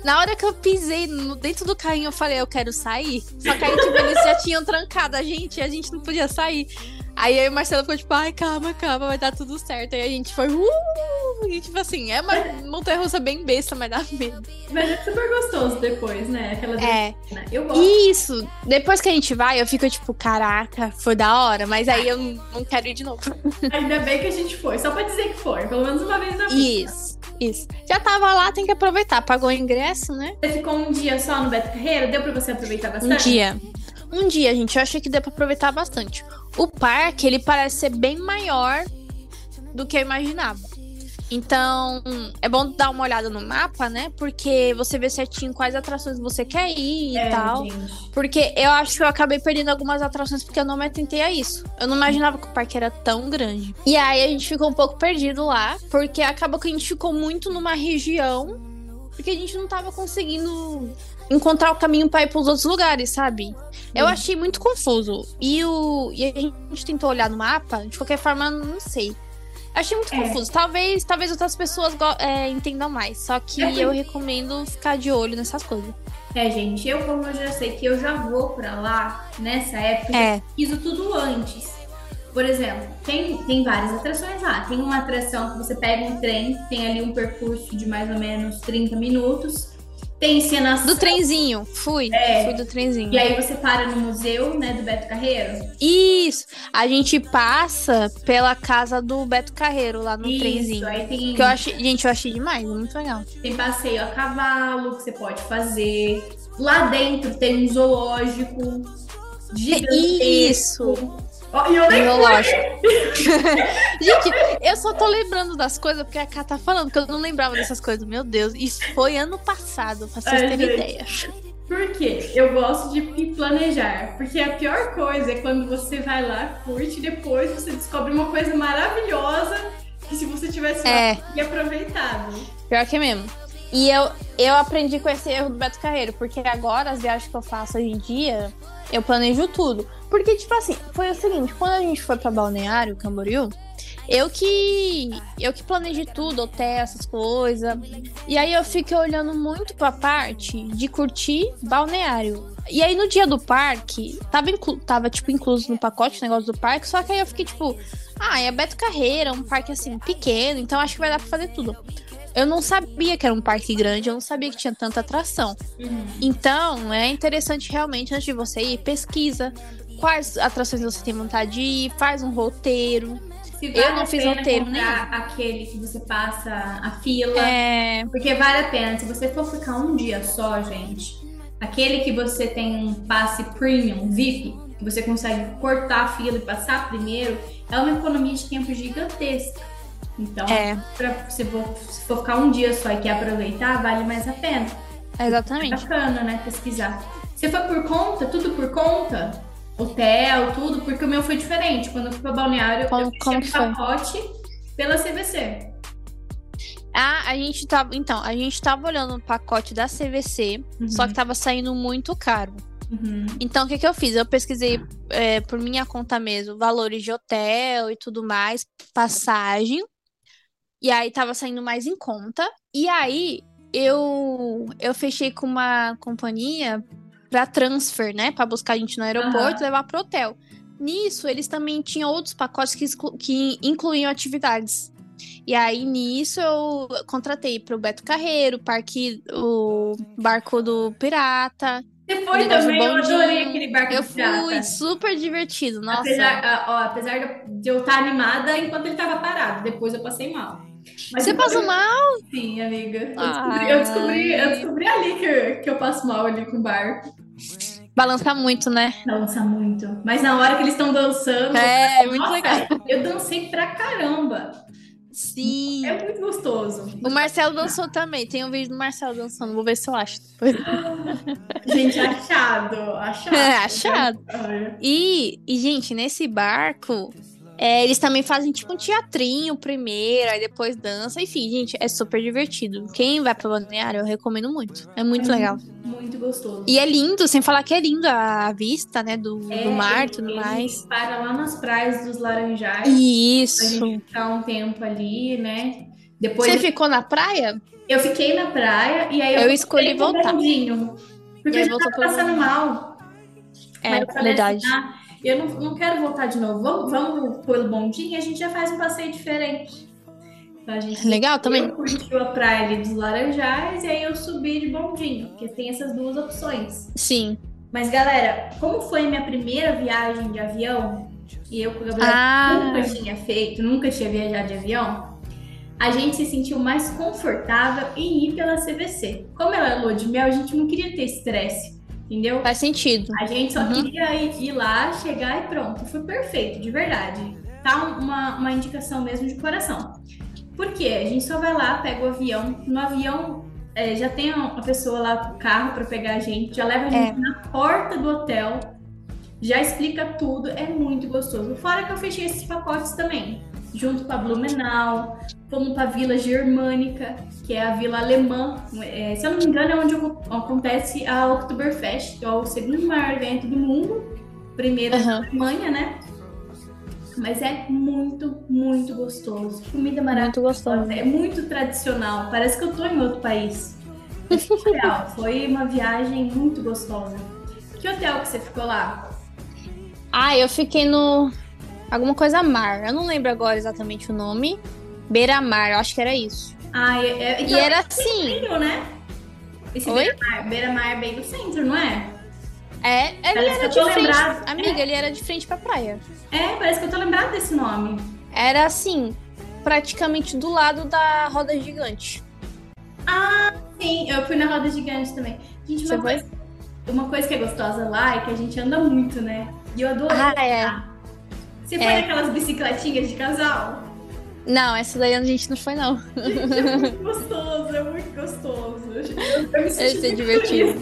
Na hora que eu pisei dentro do carrinho, eu falei, eu quero sair. Só que aí, tipo, eles já tinham trancado a gente e a gente não podia sair. Aí eu e o Marcelo ficou tipo, ai, calma, vai dar tudo certo. Aí a gente foi, e tipo assim, é uma montanha-russa bem besta, mas dá medo. Mas é super gostoso depois, né? Aquela É. Né? Eu gosto. Isso. Depois que a gente vai, eu fico tipo, caraca, foi da hora. Mas aí eu não quero ir de novo. Ainda bem que a gente foi, só pra dizer que foi. Pelo menos uma vez na vida. Isso. Já tava lá, tem que aproveitar. Pagou o ingresso, né? Você ficou um dia só no Beto Carreiro? Deu pra você aproveitar bastante? Um dia, gente. Eu achei que deu pra aproveitar bastante. O parque, ele parece ser bem maior do que eu imaginava. Então, é bom dar uma olhada no mapa, né? Porque você vê certinho quais atrações você quer ir e tal. Gente. Porque eu acho que eu acabei perdendo algumas atrações porque eu não me atentei a isso. Eu não imaginava que o parque era tão grande. E aí a gente ficou um pouco perdido lá, porque acabou que a gente ficou muito numa região, porque a gente não tava conseguindo encontrar o caminho pra ir pros outros lugares, sabe? Eu achei muito confuso. E a gente tentou olhar no mapa, de qualquer forma, não sei. Achei muito confuso. Talvez outras pessoas entendam mais. Só que eu recomendo ficar de olho nessas coisas. Gente, como eu já sei que eu já vou pra lá nessa época, eu pesquiso tudo antes. Por exemplo, tem várias atrações lá. Tem uma atração que você pega um trem, tem ali um percurso de mais ou menos 30 minutos. Tem encenação. Do trenzinho. Fui do trenzinho. E aí você para no museu, né, do Beto Carreiro. Isso. A gente passa pela casa do Beto Carreiro, lá no trenzinho. Aí tem... Que eu achei demais. Muito legal. Tem passeio a cavalo que você pode fazer. Lá dentro tem um zoológico gigantesco. Isso. E eu nem Gente, eu só tô lembrando das coisas porque a Ká tá falando, que eu não lembrava dessas coisas. Meu Deus, isso foi ano passado, pra vocês terem ideia. Por quê? Eu gosto de planejar. Porque a pior coisa é quando você vai lá, curte, e depois você descobre uma coisa maravilhosa que se você tivesse aproveitado. Pior que é mesmo. E eu aprendi com esse erro do Beto Carreiro, porque agora as viagens que eu faço hoje em dia, eu planejo tudo. Porque, tipo assim, foi o seguinte, quando a gente foi pra Balneário Camboriú, eu que planejei tudo, hotel, essas coisas. E aí eu fiquei olhando muito pra parte de curtir Balneário. E aí no dia do parque, tava tipo incluso no pacote o negócio do parque, só que aí eu fiquei tipo, é Beto Carreiro, é um parque assim, pequeno, então acho que vai dar pra fazer tudo. Eu não sabia que era um parque grande, eu não sabia que tinha tanta atração. Então, é interessante realmente, antes de você ir, pesquisa quais atrações você tem vontade de ir, faz um roteiro. Eu não fiz roteiro nenhum. Aquele que você passa a fila. Porque vale a pena. Se você for ficar um dia só, gente, aquele que você tem um passe premium, VIP, que você consegue cortar a fila e passar primeiro, é uma economia de tempo gigantesca. Então, se for ficar um dia só e quer aproveitar, vale mais a pena. Exatamente. É bacana, né? Pesquisar. Você foi por conta? Tudo por conta? Hotel, tudo? Porque o meu foi diferente. Quando eu fui pra Balneário, eu fiz pacote pela CVC. A gente tava olhando o pacote da CVC, só que tava saindo muito caro. Então, o que eu fiz? Eu pesquisei por minha conta mesmo, valores de hotel e tudo mais, passagem. E aí tava saindo mais em conta. E aí eu fechei com uma companhia pra transfer, né? Pra buscar a gente no aeroporto e levar pro hotel. Nisso, eles também tinham outros pacotes que incluíam atividades. E aí, nisso, eu contratei pro Beto Carreiro, o barco do pirata. Você foi também? Eu adorei aquele barco do pirata. Eu fui, super divertido, nossa. Apesar de eu estar animada enquanto ele tava parado. Depois eu passei mal. Mas você passou mal? Sim, amiga. Eu descobri ali que eu passo mal ali com o barco. Balança muito, né? Balança muito. Mas na hora que eles estão dançando... muito legal. Eu dancei pra caramba. Sim. É muito gostoso. O Marcelo dançou também. Tem um vídeo do Marcelo dançando. Vou ver se eu acho. Gente, achado. Achado. E, gente, nesse barco... eles também fazem tipo um teatrinho primeiro, aí depois dança. Enfim, gente, é super divertido. Quem vai pra Balneário, eu recomendo muito. É muito legal. Muito gostoso. E é lindo, sem falar que é lindo a vista, né, do mar e tudo mais. Para lá nas praias dos Laranjais. Isso. Pra gente ficar um tempo ali, né? Você ficou na praia? Eu fiquei na praia e aí eu escolhi voltar. Porque eu já tava passando mal. Verdade. Assim, eu não quero voltar de novo. Vamos pelo bondinho e a gente já faz um passeio diferente. Então, Legal também. Eu curti a praia ali dos Laranjais e aí eu subi de bondinho, porque tem essas duas opções. Sim. Mas, galera, como foi minha primeira viagem de avião, e eu com o Gabriel nunca tinha viajado de avião, a gente se sentiu mais confortável em ir pela CVC. Como ela é lua de mel, a gente não queria ter estresse, entendeu? Faz sentido. A gente só queria ir lá, chegar e pronto. Foi perfeito, de verdade. Tá uma indicação mesmo de coração. Por quê? A gente só vai lá, pega o avião. No avião, já tem uma pessoa lá com o carro para pegar a gente, já leva a gente na porta do hotel, já explica tudo, é muito gostoso. Fora que eu fechei esses pacotes também, junto com a Blumenau, fomos para a Vila Germânica, que é a vila alemã. Se eu não me engano, é onde acontece a Oktoberfest, que é o segundo maior evento do mundo, primeiro na Alemanha, né? Mas é muito, muito gostoso. Comida maravilhosa. É muito tradicional. Parece que eu tô em outro país. É real. Foi uma viagem muito gostosa. Que hotel que você ficou lá? Eu fiquei no... alguma coisa mar. Eu não lembro agora exatamente o nome. Beira-mar, eu acho que era isso. Então, e era assim... Centro, né? Esse Beira-mar é bem do centro, não é? Ele era de frente. Amiga, ele era de frente pra praia. Parece que eu tô lembrada desse nome. Era assim, praticamente do lado da roda gigante. Sim, eu fui na roda gigante também. Gente, uma coisa que é gostosa lá é que a gente anda muito, né? E eu adoro andar. Você foi naquelas bicicletinhas de casal? Não, essa daí a gente não foi, não. Gente, é muito gostoso, é muito gostoso. Eu me senti divertido.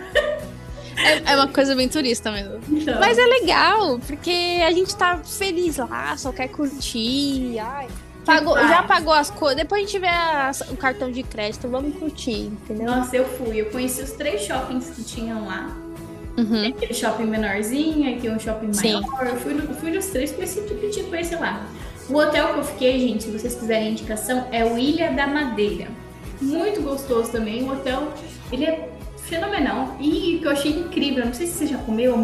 É uma coisa bem turista mesmo. Então. Mas é legal, porque a gente tá feliz lá, só quer curtir. Já pagou as coisas. Depois a gente vê o cartão de crédito, vamos curtir, entendeu? Nossa, eu conheci os 3 shoppings que tinham lá. Tem aquele shopping menorzinho, aqui um shopping maior. Eu fui nos 3, conheci tudo que tinha que conhecer lá. O hotel que eu fiquei, gente, se vocês quiserem indicação, é o Ilha da Madeira. Muito gostoso também. O hotel, ele é fenomenal. E o que eu achei incrível, não sei se você já comeu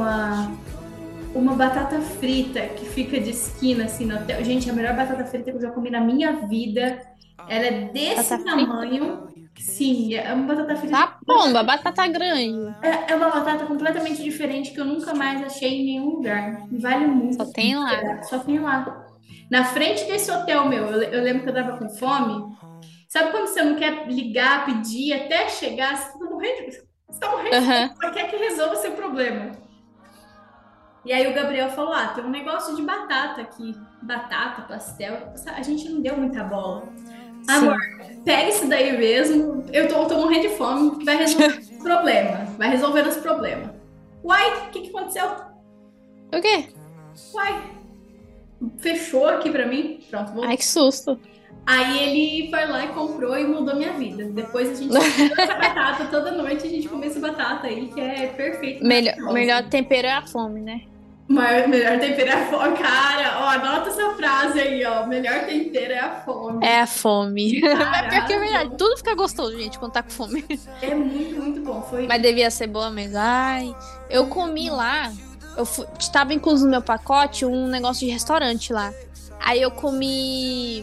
uma batata frita que fica de esquina assim no hotel. Gente, a melhor batata frita que eu já comi na minha vida. Ela é desse tamanho. Sim, é uma batata frita. Tá bomba, batata grande. É uma batata completamente diferente que eu nunca mais achei em nenhum lugar. Vale muito. Só tem lá. Só tem lá. Na frente desse hotel meu, eu lembro que eu tava com fome. Sabe quando você não quer ligar, pedir, até chegar, você tá morrendo? Você tá morrendo, só quer que resolva seu problema. E aí o Gabriel falou, tem um negócio de batata aqui. Batata, pastel. A gente não deu muita bola. Amor, pega isso daí mesmo. Eu tô morrendo de fome, vai resolver os problemas. Vai resolver os problemas. Uai, o que aconteceu? O quê? Uai, fechou aqui pra mim. Pronto, voltou. Ai, que susto. Aí ele foi lá e comprou e mudou minha vida. Depois a gente comeu essa batata toda noite, a gente comeu essa batata aí, que é perfeito. Melhor tempero é a fome, né? Melhor tempero é a fome. Cara, anota essa frase aí, melhor tempero é a fome. É a fome. Mas pior que é verdade, tudo fica gostoso, gente, quando tá com fome. É muito, muito bom. Mas devia ser boa mesmo. Eu comi lá, estava incluso no meu pacote um negócio de restaurante lá. Aí eu comi...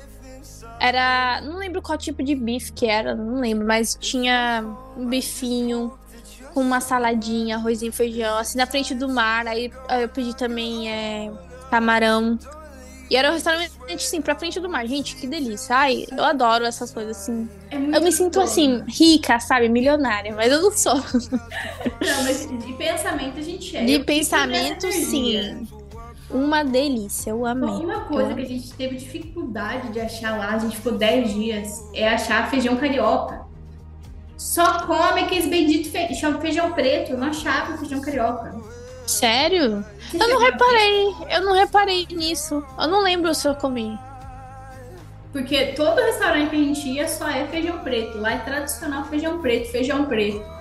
não lembro qual tipo de bife que era, não lembro, mas tinha um bifinho com uma saladinha, arrozinho, feijão, assim, na frente do mar. Aí eu pedi também camarão. E era um restaurante, assim, pra frente do mar. Gente, que delícia. Eu adoro essas coisas, assim. Eu me sinto, assim, rica, sabe? Milionária, mas eu não sou. Não, mas de pensamento a gente é. De pensamento, sim. Uma delícia, eu amei. Uma coisa que a gente teve dificuldade de achar lá, a gente ficou 10 dias, é achar feijão carioca. Só come aqueles benditos feijão preto, eu não achava feijão carioca. Sério? Eu não reparei nisso. Eu não lembro se eu comi. Porque todo restaurante que a gente ia só é feijão preto. Lá é tradicional feijão preto.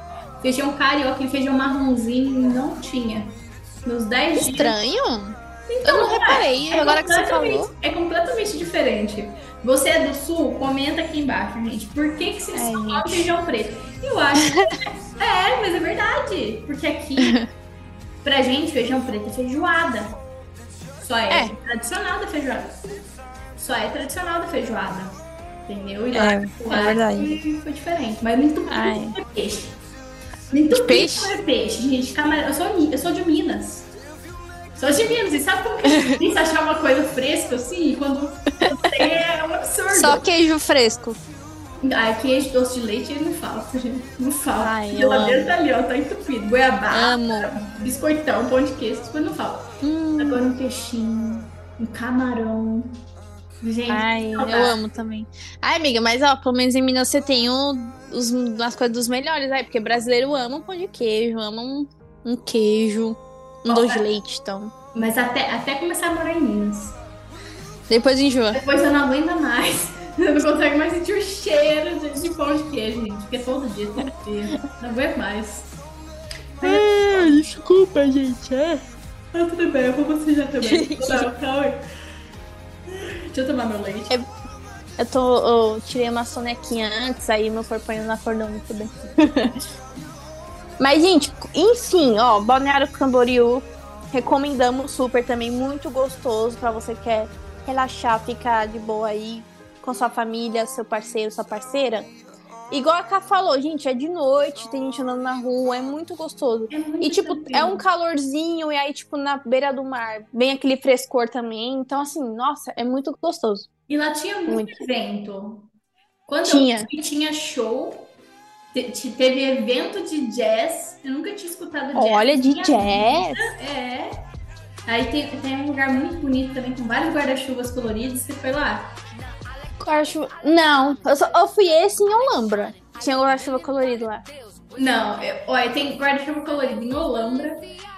Feijão carioca e feijão marronzinho não tinha. Nos 10 dias... Estranho? Eu não reparei, agora que você falou. É completamente diferente. Você é do sul? Comenta aqui embaixo, gente. Por que vocês só comem feijão preto? Eu acho que mas é verdade. Porque aqui, pra gente, feijão preto é feijoada. Só é tradicional da feijoada. Só é tradicional da feijoada. Entendeu? E lá, É verdade. Foi diferente. Mas muito peixe. Muito peixe? Peixe, gente. Eu sou de Minas. Sou de Minas. E sabe como que é difícil achar uma coisa fresca assim? Quando tem é um absurdo. Só queijo fresco. Queijo, doce de leite, ele não falta, gente. Não falta. Ai, a geladeira tá ali, ó. Tá entupido. Goiabada, amo. Biscoitão, pão de queijo. Depois não falta. Agora um peixinho, um camarão. Gente, eu amo também. Amiga, mas pelo menos em Minas você tem as coisas dos melhores, porque brasileiro ama um pão de queijo, ama um queijo, um doce de leite, então. Mas até começar a morar em Minas. Depois enjoa. Depois eu não aguento mais. Eu não consigo mais sentir o cheiro de pão de queijo, gente. Porque todo dia. Não aguento mais. Desculpa, gente. Tudo bem, eu vou bocejar também. Calma. Deixa eu tomar meu leite. Eu tirei uma sonequinha antes, aí meu corpo ainda não acordou muito bem. Mas, gente, enfim, Balneário Camboriú, recomendamos super também, muito gostoso pra você que quer relaxar, ficar de boa aí com sua família, seu parceiro, sua parceira. Igual a Ká falou, gente, é de noite, tem gente andando na rua, é muito gostoso. E, tipo, é um calorzinho, e aí, tipo, na beira do mar, vem aquele frescor também. Então, assim, nossa, é muito gostoso. E lá tinha muito evento. Quando eu fui, tinha show, teve evento de jazz. Eu nunca tinha escutado jazz. Olha, de jazz? Aí tem um lugar muito bonito também, com vários guarda-chuvas coloridos. Você foi lá? Não, eu fui esse em Olambra. Tinha guarda-chuva colorido lá. Não, tem guarda-chuva colorido em Olambra.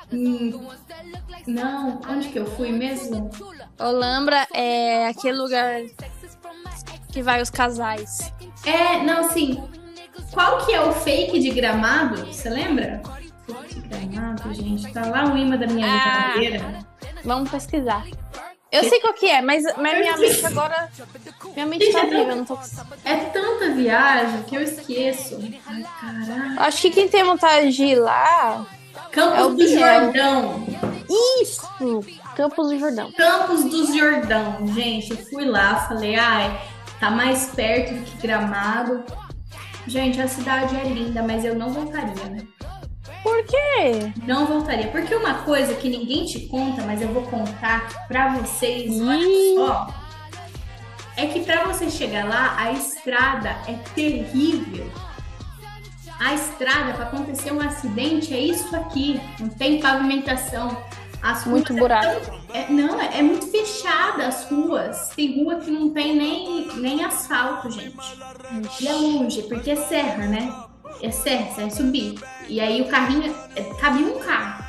Não, onde que eu fui mesmo? Olambra é aquele lugar que vai os casais. Não, sim. Qual que é o fake de Gramado? Você lembra? Fake de Gramado, gente. Tá lá o imã da minha brincadeira. Vamos pesquisar. Eu sei qual que é, mas minha mente agora... Minha mente tá horrível, eu não tô... É tanta viagem que eu esqueço. Ai, caralho. Acho que quem tem vontade de ir lá... Campos do Jordão. Isso! Campos do Jordão. Campos do Jordão, gente. Eu fui lá, falei, tá mais perto do que Gramado. Gente, a cidade é linda, mas eu não voltaria. Por quê? Não voltaria. Porque uma coisa que ninguém te conta, mas eu vou contar pra vocês, olha só, é que pra você chegar lá, a estrada é terrível. A estrada, pra acontecer um acidente, é isso aqui. Não tem pavimentação. Muito buraco. É muito fechada as ruas. Tem rua que não tem nem asfalto, gente. E é longe, porque é serra, né? É serra, você vai subir. E aí o carrinho... Cabia um carro.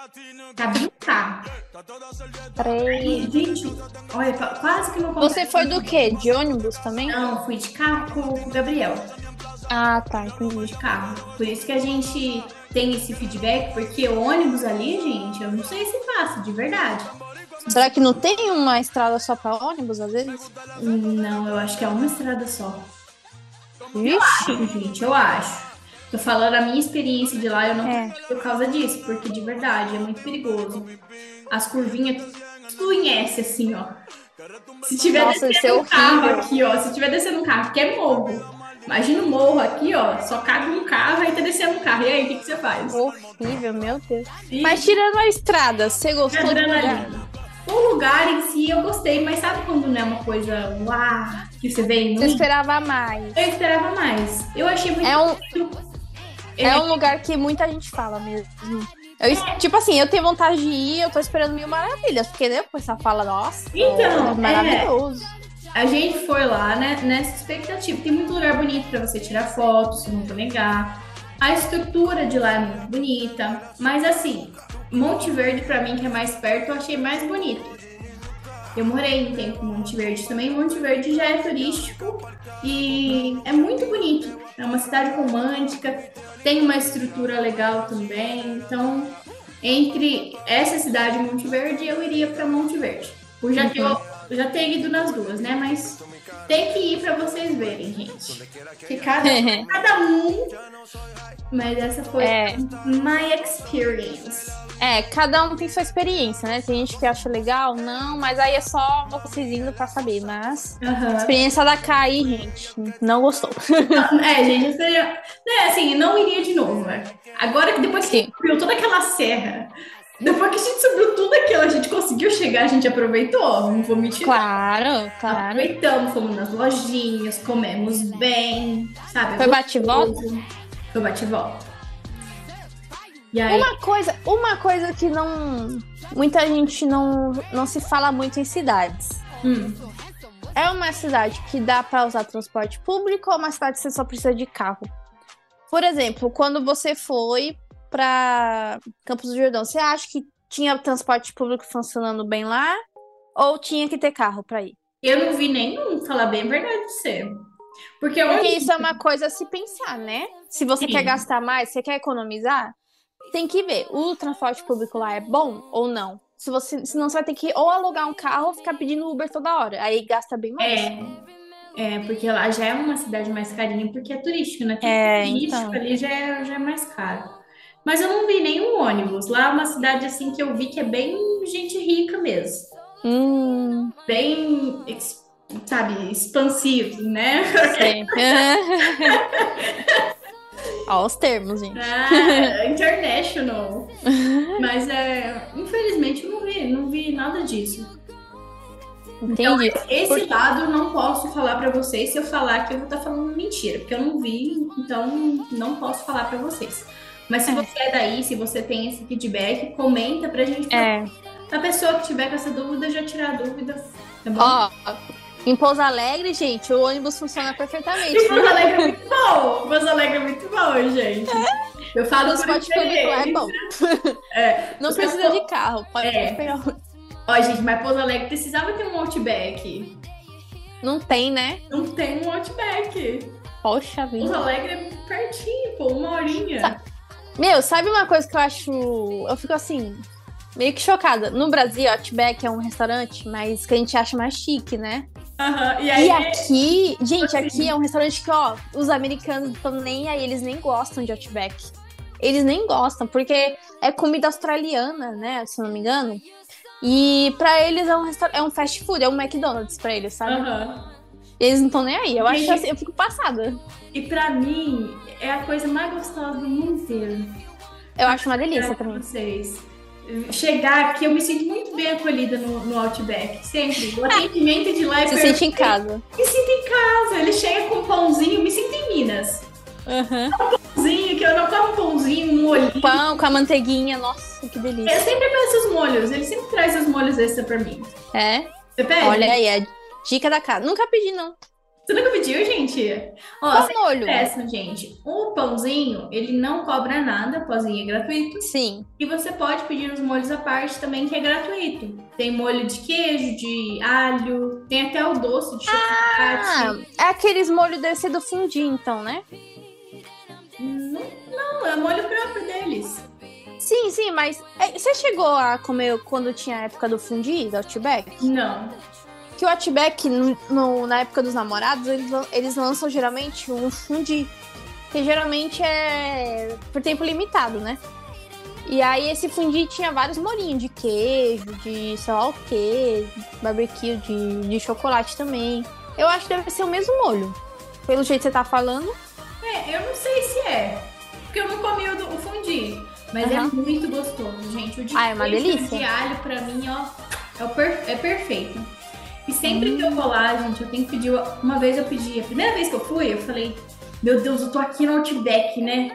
Aí, gente, olha, quase que não... Você foi do quê? De ônibus também? Não, fui de carro com o Gabriel. Tá, entendi. De carro. Por isso que a gente tem esse feedback, porque o ônibus ali, gente, eu não sei se passa, de verdade. Será que não tem uma estrada só pra ônibus, às vezes? Não, eu acho que é uma estrada só. Vixe. Eu acho, gente, eu acho. Tô falando a minha experiência de lá, eu não fui por causa disso, porque de verdade é muito perigoso. As curvinhas, tudo em S, assim, ó. Se tiver descendo um carro aqui, ó, se tiver descendo um carro, que é morro. Imagina o morro aqui, ó, só cabe um carro, aí tá descendo um carro. E aí, o que você faz? Horrível, meu Deus. Mas tirando a estrada, você gostou do lugar? O lugar em si eu gostei, mas sabe quando não é uma coisa que você vem? Você esperava mais. Eu esperava mais. Eu achei muito... É um lugar que muita gente fala mesmo. Tipo assim, eu tenho vontade de ir, eu tô esperando Mil Maravilhas, porque depois você fala, nossa, então, maravilhoso. A gente foi lá, né, nessa expectativa. Tem muito lugar bonito pra você tirar fotos, não vou negar. A estrutura de lá é muito bonita. Mas assim, Monte Verde, pra mim, que é mais perto, eu achei mais bonito. Eu morei um tempo em Monte Verde também. Monte Verde já é turístico e é muito bonito. É uma cidade romântica, tem uma estrutura legal também. Então, Entre essa cidade e Monte Verde, eu iria para Monte Verde. Por já que eu já ter ido nas duas, né? Mas tem que ir para vocês verem, gente. Que cada um. Mas essa foi my experience. Cada um tem sua experiência, né? Tem gente que acha legal, não, mas aí é só vocês indo pra saber. Mas a experiência da Kai, gente, não gostou. Gente, seria, né, assim, não iria de novo, né? Agora que depois que subiu toda aquela serra, depois que a gente subiu tudo aquilo, a gente conseguiu chegar, a gente aproveitou, não vou mentir. Claro. Aproveitamos, fomos nas lojinhas, comemos bem, sabe? Foi bate e volta? Foi bate e volta. E aí? Uma coisa que muita gente não se fala muito em cidades. É uma cidade que dá para usar transporte público ou uma cidade que você só precisa de carro? Por exemplo, quando você foi para Campos do Jordão, você acha que tinha transporte público funcionando bem lá? Ou tinha que ter carro para ir? Eu não vi nenhum, falar bem a verdade pra você. Porque isso é uma coisa a se pensar, né? Se você quer gastar mais, você quer economizar, tem que ver, o transporte público lá é bom ou não? Senão você vai ter que ou alugar um carro ou ficar pedindo Uber toda hora. Aí gasta bem mais. Porque lá já é uma cidade mais carinha, porque é turístico, né? Turístico ali já é mais caro. Mas eu não vi nenhum ônibus. Lá é uma cidade assim que eu vi que é bem gente rica mesmo. Bem, sabe, expansivo, né? Ó, os termos, gente. International. Mas, infelizmente, eu não vi nada disso. Entendi. Então, esse lado eu não posso falar pra vocês. Se eu falar que eu vou estar falando mentira, porque eu não vi, então não posso falar pra vocês. Mas se você é daí, se você tem esse feedback, comenta pra gente. A pessoa que tiver com essa dúvida já tirar a dúvida, tá bom? Em Pouso Alegre, gente, o ônibus funciona perfeitamente. Em Pouso Alegre é muito bom. Pouso Alegre é muito bom, gente. Eu falo o transporte público lá é bom. Não precisa de carro, pode pegar Ó, gente, mas Pouso Alegre precisava ter um Outback. Não tem, né? Não tem um Outback. Poxa vida. Pouso Alegre é pertinho, pô, 1 horinha. Sabe uma coisa que eu acho... Eu fico assim, meio que chocada. No Brasil, Outback é um restaurante, mas que a gente acha mais chique, né? E aí, aqui, gente, aqui é um restaurante que, os americanos estão nem aí, eles nem gostam de Outback. Eles nem gostam, porque é comida australiana, né, se eu não me engano. E pra eles é um fast food, é um McDonald's pra eles, sabe? Eles não estão nem aí, eu acho assim, eu fico passada. E pra mim, é a coisa mais gostosa do mundo inteiro. Eu acho uma delícia também. Vocês. Chegar aqui, eu me sinto muito bem acolhida no Outback, sempre. O atendimento de lá é perfeito. Se sente em casa. Me sinto em casa. Ele chega com um pãozinho, me sinto em Minas. Um pãozinho, que eu não como pãozinho, um molhinho. Pão com a manteiguinha, nossa, que delícia. Eu sempre peço os molhos, ele sempre traz os molhos extra pra mim. Você pede? Olha aí, é dica da casa. Nunca pedi, não. Você nunca pediu, gente? Qual molho? Peçam, gente. O pãozinho, ele não cobra nada, o pãozinho é gratuito. Sim. E você pode pedir os molhos à parte também, que é gratuito. Tem molho de queijo, de alho, tem até o doce de chocolate. É aqueles molhos desse do fundi, então, né? Não, é o molho próprio deles. Sim, mas você chegou a comer quando tinha a época do fundi, do Outback? Não. Que o Outback, na época dos namorados, eles lançam geralmente um fundi, que geralmente é por tempo limitado, né? E aí esse fundi tinha vários molhinhos de queijo, de sei lá o que, barbecue, de chocolate também. Eu acho que deve ser o mesmo molho, pelo jeito que você tá falando. Eu não sei se é, porque eu não comi o fundi, mas é muito gostoso, gente. O de é uma delícia. De alho, pra mim, é perfeito. E sempre que eu vou lá, gente, eu tenho que pedir. Uma vez eu pedi, a primeira vez que eu fui, eu falei, meu Deus, eu tô aqui no Outback, né?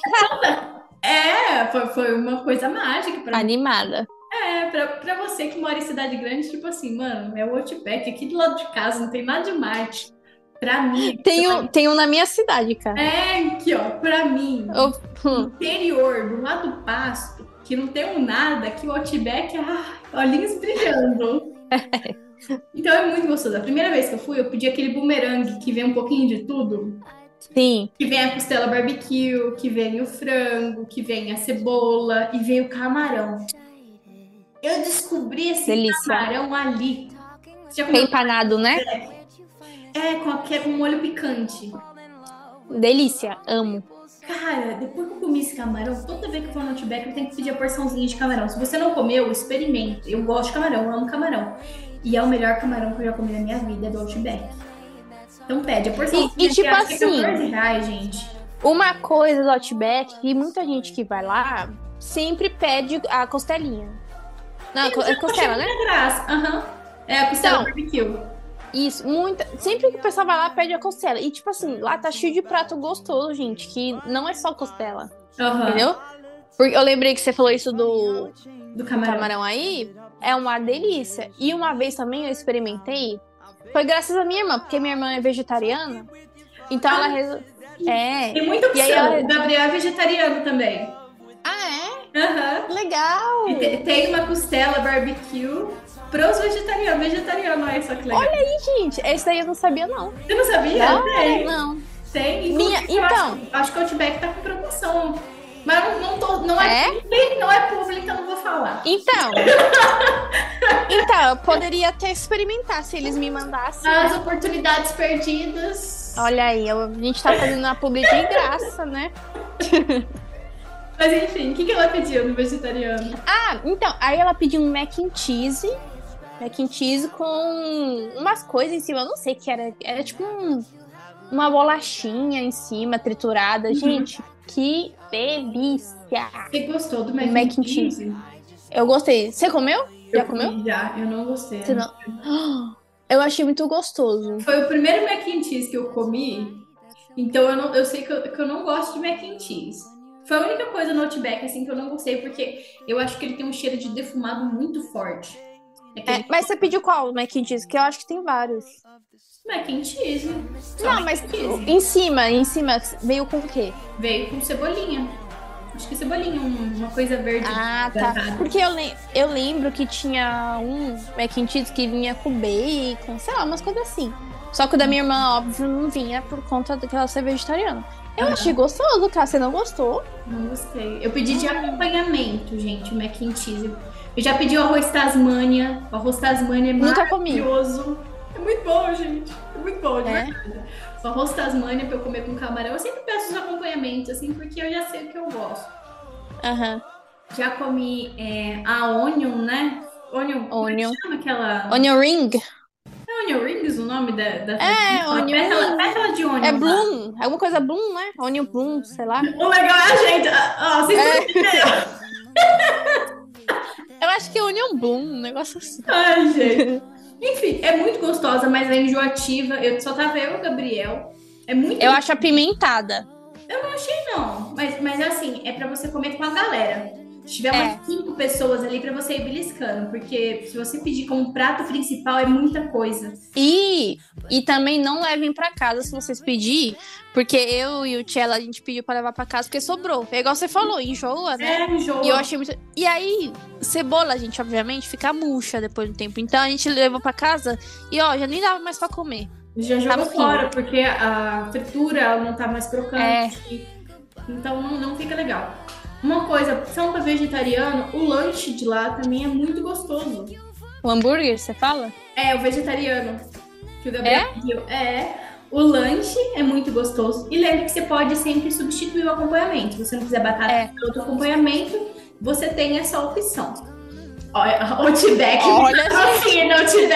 Foi uma coisa mágica pra mim. Animada. Pra você que mora em cidade grande, tipo assim, mano, é o Outback aqui do lado de casa, não tem nada demais. Pra mim. Tem um na minha cidade, cara. Aqui, ó, pra mim. Interior, do lado do Pasto, que não tem nada, aqui o Outback, olhinhos brilhando. Então é muito gostoso. A primeira vez que eu fui, eu pedi aquele bumerangue que vem um pouquinho de tudo. Sim. Que vem a costela barbecue, que vem o frango, que vem a cebola e vem o camarão. Eu descobri esse Delícia. camarão ali. Você já Que é comeu? empanado, né? Com molho picante. Delícia, amo. Cara, depois que eu comi esse camarão, toda vez que eu for no Outback, eu tenho que pedir a porçãozinha de camarão. Se você não comeu, experimente. Eu gosto de camarão, eu amo camarão. E é o melhor camarão que eu já comi na minha vida, é do Outback. Então pede a porçãozinha, E tipo que acho que assim, é R$14, gente. uma coisa do Outback, e muita gente que vai lá, sempre pede a costelinha. Não, é costela, né? Muita graça. Aham. É a costela Então, barbecue. Isso, sempre que o pessoal vai lá, pede a costela. E, tipo assim, lá tá cheio de prato gostoso, gente, que não é só costela, Aham. entendeu? Porque eu lembrei que você falou isso do Do camarão. camarão aí, é uma delícia. E uma vez também eu experimentei, foi graças à minha irmã, porque minha irmã é vegetariana, então ela resolveu... Tem muita E aí opção. ela... O Gabriel é vegetariano também. Ah, Aham. é? Legal! E tem uma costela barbecue pros vegetarianos. Olha só que legal. Olha aí, gente, esse daí eu não sabia, não. Você não sabia? Não, Tem. não. Tem. Minha- Inclusive, eu então. acho que o Outback tá com promoção. Mas não É? é publi, não é publi, então não vou falar. Então, eu poderia até experimentar se eles me mandassem. As oportunidades perdidas. Olha aí, a gente tá fazendo uma publi de graça, né? Mas enfim, o que ela pediu no vegetariano? Ah, então, aí ela pediu um mac and cheese com umas coisas em cima, eu não sei o que era. Era tipo uma bolachinha em cima, triturada. Gente, que delícia! Você gostou do Mac mac and and cheese? Eu gostei. Você comeu? Já comeu? Comi já, eu não gostei. Você não... Eu achei muito gostoso. Foi o primeiro mac and cheese que eu comi, então eu sei que eu não gosto de mac and cheese. Foi a única coisa no Outback assim que eu não gostei, porque eu acho que ele tem um cheiro de defumado muito forte. É, mas você pediu qual mac and cheese? Que eu acho que tem vários. Mac and cheese. Só Não, mac mas and cheese. em cima veio com o quê? Veio com cebolinha. Acho que cebolinha, uma coisa verde. Ah, tá. Danada. Porque eu lembro que tinha um mac and cheese que vinha com bacon, sei lá, umas coisas assim. Só que o da minha irmã, óbvio, não vinha por conta de ela ser vegetariana. Eu achei gostoso, cara. Você não gostou? Não gostei. Eu pedi de acompanhamento, gente, o mac and cheese. Eu já pedi o arroz Tasmânia. O arroz Tasmânia é Nunca comi. maravilhoso. É muito bom, gente. É muito bom, de É? verdade. O arroz Tasmânia pra eu comer com camarão. Eu sempre peço os acompanhamentos, assim, porque eu já sei o que eu gosto. Aham. Já comi a onion, né? Onion. Como é que Onion. chama aquela... Onion ring? É onion rings o nome da... É, onion ring. Pétala de onion. É lá. bloom. Alguma coisa bloom, né? Onion bloom, sei lá. O legal é a gente... Ó, vocês não entenderam. Eu acho que é onion bloom, um negócio assim. Ai, gente. Enfim, é muito gostosa, mas é enjoativa. Eu só tava eu e o Gabriel. É muito. Eu acho apimentada. Eu não achei, não. Mas assim, é pra você comer com a galera. Se tiver É. umas 5 pessoas ali pra você ir beliscando. Porque se você pedir como prato principal, é muita coisa. E também não levem pra casa se vocês pedirem, porque eu e o Tchela, a gente pediu pra levar pra casa porque sobrou. É igual você falou, enjoa, né? Enjoa. E eu achei muito... E aí, cebola, a gente, obviamente, fica murcha depois do tempo. Então a gente levou pra casa e, ó, já nem dava mais pra comer. Já Tava jogou fino. fora, porque a fritura ela não tá mais crocante. Então não fica legal. Uma coisa, são pra vegetariano, o lanche de lá também é muito gostoso. O hambúrguer, você fala? É, o vegetariano. Que o Gabriel pediu. O lanche é muito gostoso. E lembre que você pode sempre substituir o acompanhamento. Se você não quiser batata com outro acompanhamento, você tem essa opção. Olha, Outback. Olha, Outback.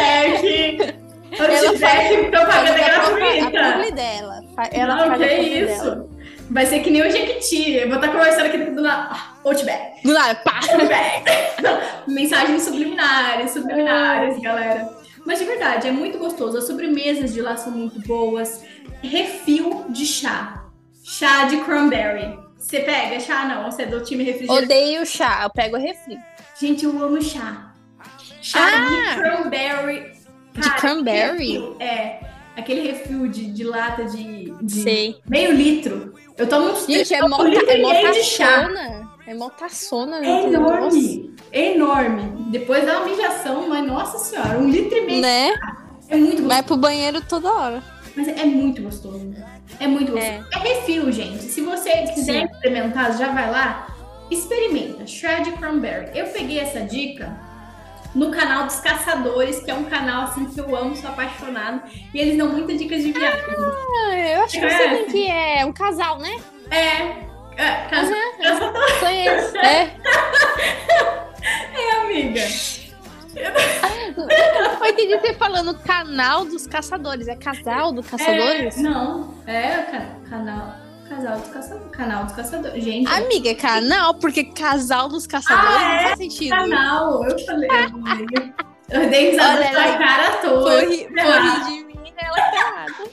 Outback, propaganda gratuita. A publi dela. Ela Não, faz que a publi isso? dela. Vai ser que nem o Jequiti. Eu vou estar conversando aqui do lado. Outback. Do nada, pá! Outback. Mensagens subliminares, galera. Mas de verdade, é muito gostoso. As sobremesas de lá são muito boas. Refil de chá. Chá de cranberry. Você pega chá? Não, você é do time refrigerante. Odeio chá, eu pego refri. Gente, eu amo chá. Chá de cranberry. De cranberry? Aquele refil de lata de Sei. meio litro. Eu tomo uns Gente, é um litro e meio de chá. motaçona. É motaçona. É enorme. É enorme. Depois dá uma mijação, mas nossa senhora, 1,5 litro Né? É muito gostoso. Vai pro banheiro toda hora. Mas é muito gostoso. É muito gostoso. É refil, gente. Se você quiser experimentar, já vai lá, experimenta. Shred Cranberry. Eu peguei essa dica no canal dos Caçadores, que é um canal assim que eu amo, sou apaixonada. E eles dão muitas dicas de viagem. Eu acho que você tem que é um casal, né? Conheço. Amiga. Eu entendi você falando canal dos caçadores. É casal dos caçadores? Não, canal dos caçadores. Gente. Amiga, é canal, porque casal dos caçadores não faz sentido. Canal, eu falei. Eu dei risada na cara toda. Foi rir de mim, ela tá errada.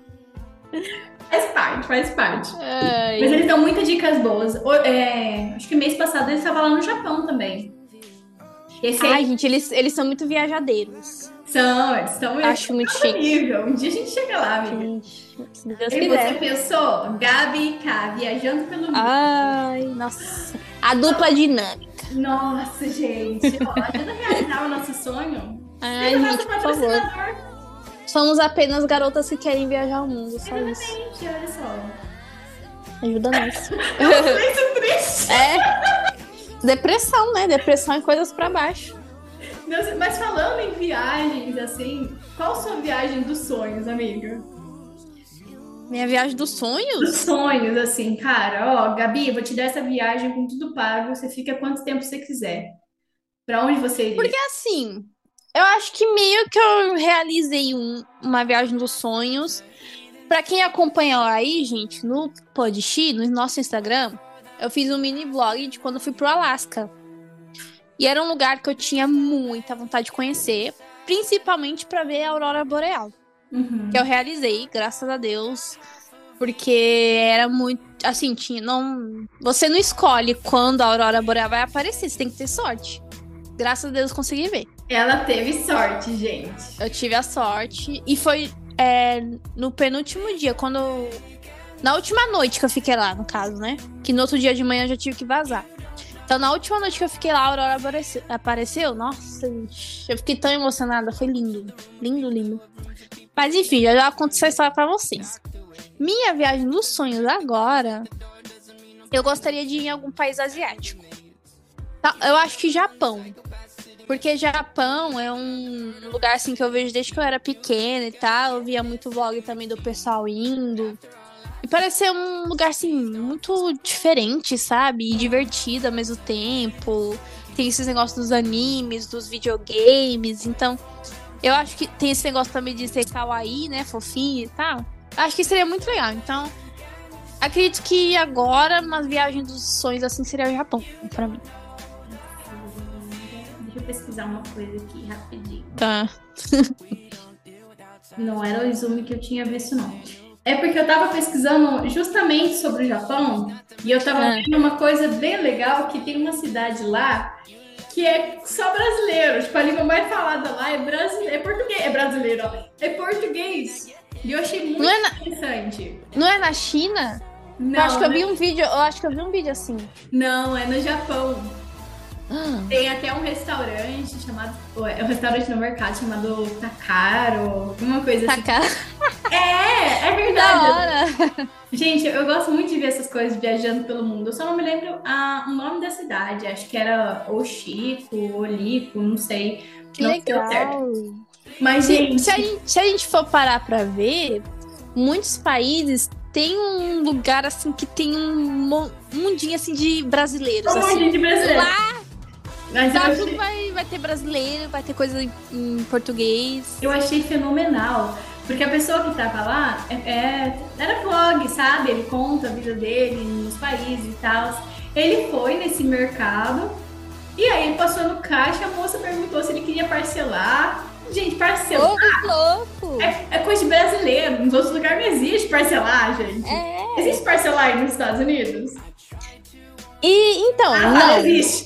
Faz parte. Mas eles dão muitas dicas boas. Acho que mês passado eles estavam lá no Japão também. Gente, eles são muito viajadeiros. Eles estão Acho muito chique. Nível. Um dia a gente chega lá, amiga. Se Deus e quiser. você pensou? Gabi e Ká viajando pelo mundo. Ai, nossa. A dupla dinâmica. Nossa, gente. Ajuda a realizar o nosso sonho. Ai, gente, por favor. Somos apenas garotas que querem viajar o mundo, só isso. Olha só. Ajuda nós. Muito triste. Depressão, né? Depressão e coisas pra baixo. Mas falando em viagens, assim, qual a sua viagem dos sonhos, Minha viagem dos sonhos? Dos sonhos, assim, cara, Gabi, eu vou te dar essa viagem com tudo pago, você fica quanto tempo você quiser. Pra onde você iria? Porque assim, eu acho que meio que eu realizei uma viagem dos sonhos. Pra quem acompanha aí, gente, no Podxi, no nosso Instagram, eu fiz um mini vlog de quando eu fui pro Alasca. E era um lugar que eu tinha muita vontade de conhecer, principalmente pra ver a aurora boreal. Que eu realizei, graças a Deus, porque era muito, assim, você não escolhe quando a aurora boreal vai aparecer, você tem que ter sorte. Graças a Deus consegui ver. Ela teve sorte, gente. Eu tive a sorte e foi no penúltimo dia, na última noite que eu fiquei lá, no caso, né? Que no outro dia de manhã eu já tive que vazar. Então, na última noite que eu fiquei lá, a aurora apareceu. Nossa, gente, eu fiquei tão emocionada. Foi lindo. Lindo, lindo. Mas, enfim, já aconteceu a história pra vocês. Minha viagem dos sonhos agora, eu gostaria de ir em algum país asiático. Eu acho que Japão. Porque Japão é um lugar, assim, que eu vejo desde que eu era pequena e tal. Eu via muito vlog também do pessoal indo. E parece ser um lugar, assim, muito diferente, sabe? E divertido ao mesmo tempo. Tem esses negócios dos animes, dos videogames. Então, eu acho que tem esse negócio também de ser kawaii, né? Fofinho e tal. Acho que seria muito legal. Então, acredito que agora, uma viagem dos sonhos, assim, seria o Japão, pra mim. Deixa eu pesquisar uma coisa aqui, rapidinho. Tá. Não era o Izumi que eu tinha visto, não. É porque eu tava pesquisando justamente sobre o Japão e eu tava vendo uma coisa bem legal, que tem uma cidade lá que é só brasileiro. Tipo, a língua mais falada lá é brasileiro. É português. É brasileiro, ó. É português. E eu achei muito interessante. Não é na China? Não. Eu acho que eu vi um vídeo assim. Não, é no Japão. Tem até um restaurante chamado... É um restaurante no mercado chamado Takaro, alguma coisa assim. Takaro. É verdade. Da hora. Gente, eu gosto muito de ver essas coisas viajando pelo mundo. Eu só não me lembro o nome da cidade. Acho que era Oshiko, Olico, não sei. Que não legal. Certo. Mas, gente... Se a gente for parar pra ver, muitos países têm um lugar, assim, que tem um mundinho, assim, de brasileiros. Um mundinho de brasileiros. Lá... Mas vai ter brasileiro, vai ter coisa em português. Eu achei fenomenal, porque a pessoa que tava lá era vlog, sabe? Ele conta a vida dele nos países e tal. Ele foi nesse mercado e aí ele passou no caixa, a moça perguntou se ele queria parcelar. Gente, parcelar louco. É coisa de brasileiro. Nos outros lugares não existe parcelar, gente. Existe parcelar aí nos Estados Unidos? E então, não existe.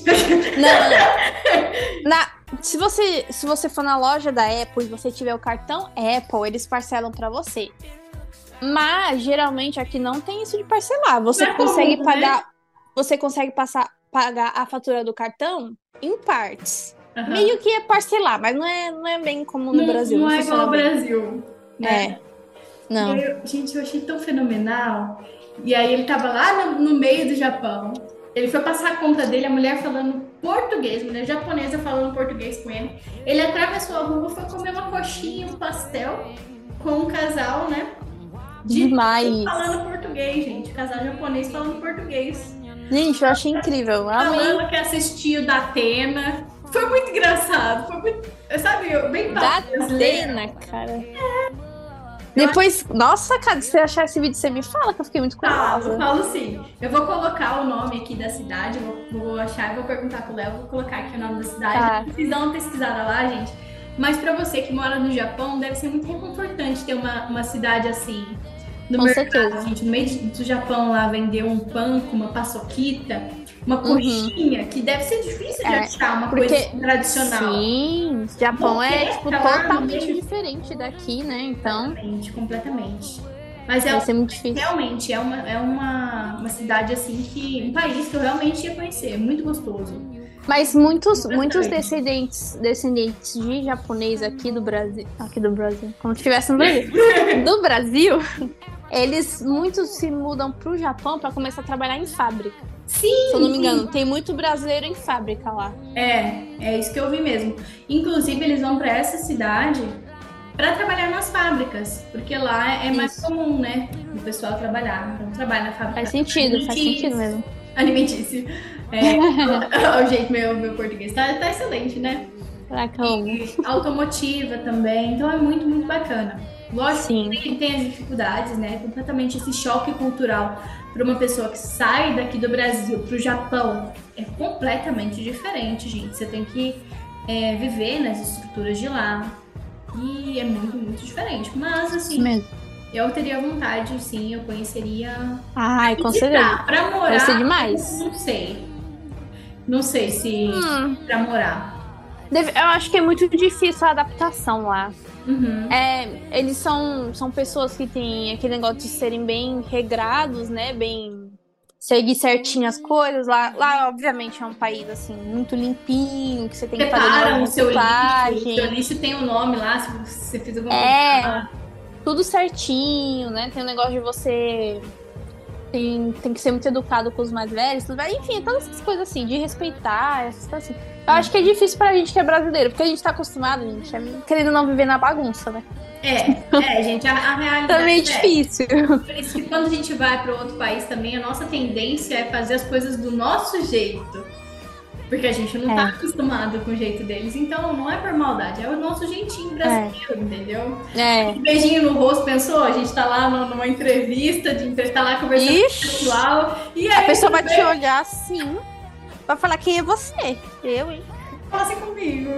Não. Se você for na loja da Apple e você tiver o cartão Apple, eles parcelam pra você. Mas geralmente aqui não tem isso de parcelar. Você consegue pagar, né? Você consegue pagar a fatura do cartão em partes. Meio que é parcelar, mas não é bem como no Brasil. Não é igual ao Brasil. Né? Não. Gente, eu achei tão fenomenal. E aí ele tava lá no meio do Japão. Ele foi passar a conta dele, a mulher falando português, mulher japonesa falando português com ele. Ele atravessou a rua, foi comer uma coxinha, um pastel com um casal, né? Demais. Falando português, gente. Casal japonês falando português. Gente, eu achei incrível. Amei. Falando que assistiu da Atena. Foi muito engraçado. Foi muito, sabe, bem Da brasileiro. Atena, cara. Depois, nossa, cara, se você achar esse vídeo, você me fala, que eu fiquei muito curiosa. Falo sim. Eu vou colocar o nome aqui da cidade, vou achar e vou perguntar pro Léo, vou colocar aqui o nome da cidade. Tá. Vocês dão uma pesquisada lá, gente. Mas pra você que mora no Japão, deve ser muito reconfortante ter uma cidade assim. No Com mercado, certeza. gente, no meio do Japão lá, vender um pão com uma paçoquita, uma coxinha, que deve ser difícil de achar uma coisa tradicional. Sim, Japão é tipo, Tá lá no totalmente meio. diferente daqui, né? Então, Completamente. Mas vai ser muito difícil. realmente é uma cidade assim que um país que eu realmente ia conhecer, é muito gostoso. Mas muitos descendentes de japonês aqui do Brasil, como se estivesse no Brasil, do Brasil, muitos se mudam pro Japão para começar a trabalhar em fábrica. Sim, Se eu não me engano, tem muito brasileiro em fábrica lá. é isso que eu vi mesmo. Inclusive eles vão para essa cidade para trabalhar nas fábricas, porque lá é mais comum, né, o pessoal trabalhar. Então trabalha na fábrica. Faz sentido mesmo. Alimentício. O jeito meu português tá excelente, né? E automotiva também, então é muito, muito bacana. Lógico que tem as dificuldades, né? Completamente esse choque cultural para uma pessoa que sai daqui do Brasil para o Japão é completamente diferente, gente. Você tem que viver nas estruturas de lá e é muito, muito diferente. Mas assim, Mesmo. eu teria vontade, sim, eu conheceria. Ai, com certeza. Pra morar, vai ser demais. Não sei se pra morar. Eu acho que é muito difícil a adaptação lá. Uhum. Eles são pessoas que têm aquele negócio de serem bem regrados, né? Bem seguir certinho as coisas. Lá, obviamente, é um país assim muito limpinho, que você tem que fazer o seu reciclagem. lixo. O seu lixo tem um nome lá, se você fez alguma coisa. Tudo certinho, né? Tem um negócio de você tem que ser muito educado com os mais velhos, tudo bem. Enfim, todas essas coisas assim, de respeitar, essas coisas assim. Eu acho que é difícil pra gente que é brasileiro, porque a gente tá acostumado, gente, querendo não viver na bagunça, né? Gente, a realidade também é difícil. Por isso que quando a gente vai para outro país também, a nossa tendência é fazer as coisas do nosso jeito. Porque a gente não tá acostumado com o jeito deles. Então, não é por maldade, é o nosso jeitinho brasileiro, entendeu? Um beijinho no rosto, pensou? A gente tá lá numa entrevista, tá lá conversando com o pessoal. E aí, a pessoa vai te olhar assim, vai falar quem é você. Eu, hein? Fala assim comigo.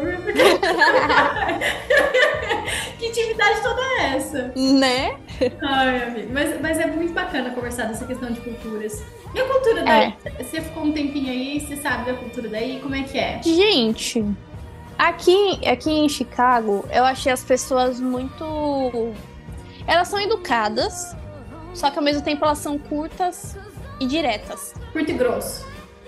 Que intimidade toda é essa? Né? Ai, amigo. Mas é muito bacana conversar dessa questão de culturas. E a cultura daí? Você ficou um tempinho aí, você sabe da cultura daí? Como é que é? Gente, aqui em Chicago, eu achei as pessoas muito... Elas são educadas, só que ao mesmo tempo elas são curtas e diretas. Curto e grosso.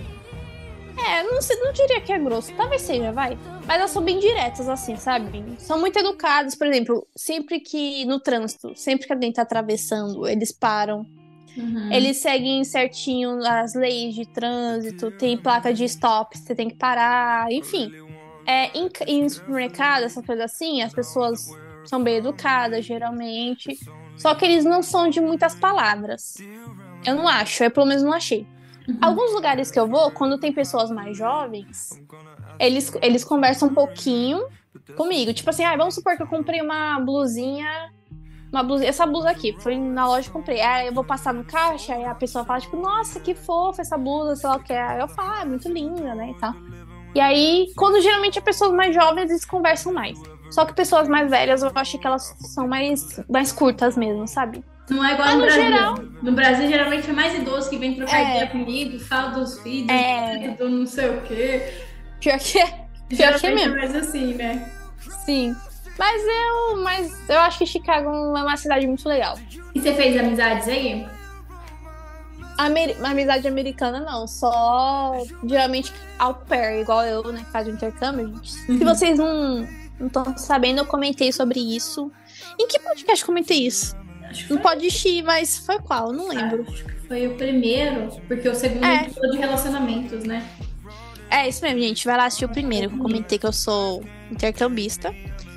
Não diria que é grosso. Talvez seja, vai. Mas elas são bem diretas, assim, sabe? São muito educadas. Por exemplo, sempre que no trânsito, sempre que alguém tá atravessando, eles param. Uhum. Eles seguem certinho as leis de trânsito. Tem placa de stop, você tem que parar. Enfim. Em supermercado, essa coisa assim, as pessoas são bem educadas, geralmente. Só que eles não são de muitas palavras. Eu não acho. Eu, pelo menos, não achei. Alguns lugares que eu vou, quando tem pessoas mais jovens, eles conversam um pouquinho comigo. Tipo assim, vamos supor que eu comprei uma blusinha, essa blusa aqui, fui na loja e comprei. Aí eu vou passar no caixa, aí a pessoa fala, tipo, nossa, que fofa essa blusa, sei lá o que. Aí eu falo, é muito linda, né, e tal. E aí, quando geralmente as pessoas mais jovens, eles conversam mais. Só que pessoas mais velhas, eu acho que elas são mais curtas mesmo, sabe? Não é igual no Brasil. Geral... No Brasil, geralmente, é mais idoso que vem trocar ideia comigo, fala dos filhos, do não sei o quê. Pior que é mesmo. É mais assim, né? Sim. Mas eu acho que Chicago é uma cidade muito legal. E você fez amizades aí? Amizade americana, não. Só, geralmente, au pair, igual eu, né? Que faz o intercâmbio, gente. Se vocês não estão sabendo, eu comentei sobre isso. Em que podcast comentei isso? Acho que Não pode ir, mas foi qual? Não lembro. Acho que foi o primeiro, porque o segundo falou de relacionamentos, né? É isso mesmo, gente. Vai lá assistir o primeiro. Eu comentei que eu sou intercambista.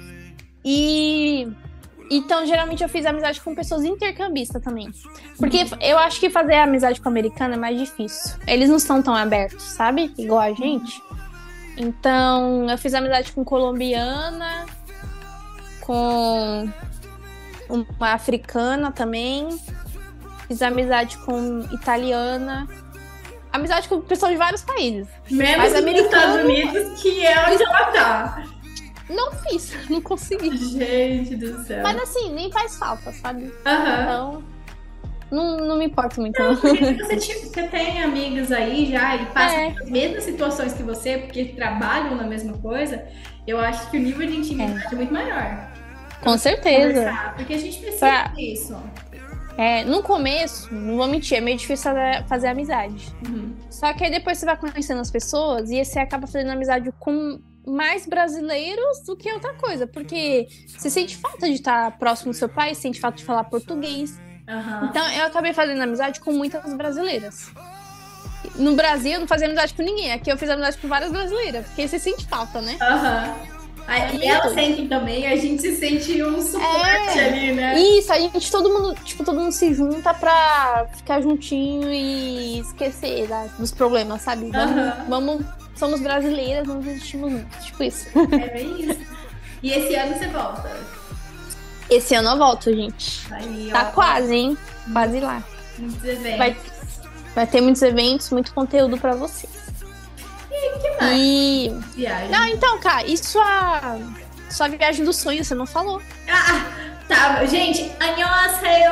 E então, geralmente, eu fiz amizade com pessoas intercambistas também. Porque eu acho que fazer amizade com americano é mais difícil. Eles não são tão abertos, sabe? Igual a gente. Então, eu fiz amizade com colombiana, com uma africana também. Fiz amizade com italiana. Amizade com pessoas de vários países. Menos nos Estados Unidos, que é onde ela tá. Não fiz, não consegui. Gente do céu. Mas assim, nem faz falta, sabe? Aham. Então, não me importo muito. Não, porque você tem amigos aí já e passam as mesmas situações que você, porque trabalham na mesma coisa, eu acho que o nível de intimidade é muito maior. Com certeza. Conversar, porque a gente precisa disso. No começo, não vou mentir, é meio difícil fazer amizade. Uhum. Só que aí depois você vai conhecendo as pessoas e você acaba fazendo amizade com mais brasileiros do que outra coisa. Porque você sente falta de estar próximo do seu pai, sente falta de falar português. Uhum. Então eu acabei fazendo amizade com muitas brasileiras. No Brasil eu não fazia amizade com ninguém. Aqui eu fiz amizade com várias brasileiras. Porque você sente falta, né? Aham. E elas sentem também, a gente se sente um suporte ali, né? Isso, a gente, todo mundo se junta pra ficar juntinho e esquecer dos problemas, sabe? Somos brasileiras, vamos existimos juntos, tipo isso. É bem isso. E esse ano você volta? Esse ano eu volto, gente. Aí, tá quase, hein? Quase lá. Muitos eventos. Vai ter muitos eventos, muito conteúdo pra você. E que mais? Viagem. Não, então, cara, e sua viagem dos sonhos, você não falou. Tá. Gente, annyeonghaseyo!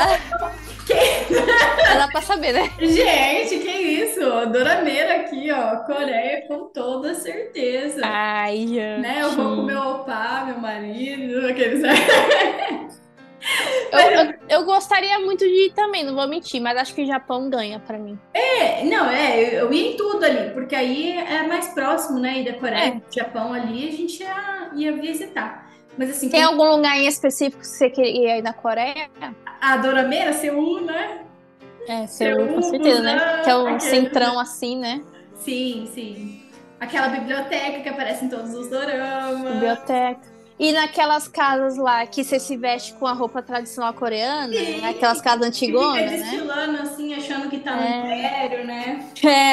Dá pra saber, né? Gente, que isso? Dorameira aqui, ó. Coreia, com toda certeza. Ai, gente. Né? Eu vou com meu opá, meu marido, aqueles... Eu gostaria muito de ir também, não vou mentir, mas acho que o Japão ganha pra mim. Eu ia em tudo ali, porque aí é mais próximo, né? E da Coreia, Japão ali, a gente ia visitar. Mas assim... Tem algum lugar em específico que você queria ir na Coreia? A Dorameira, Seul, né? Seul, com certeza, né? Que é um centrão assim, né? Sim. Aquela biblioteca que aparece em todos os doramas. Biblioteca. E naquelas casas lá que você se veste com a roupa tradicional coreana, né? Aquelas casas antigonas, né? Fica desfilando assim, achando que tá no império, né?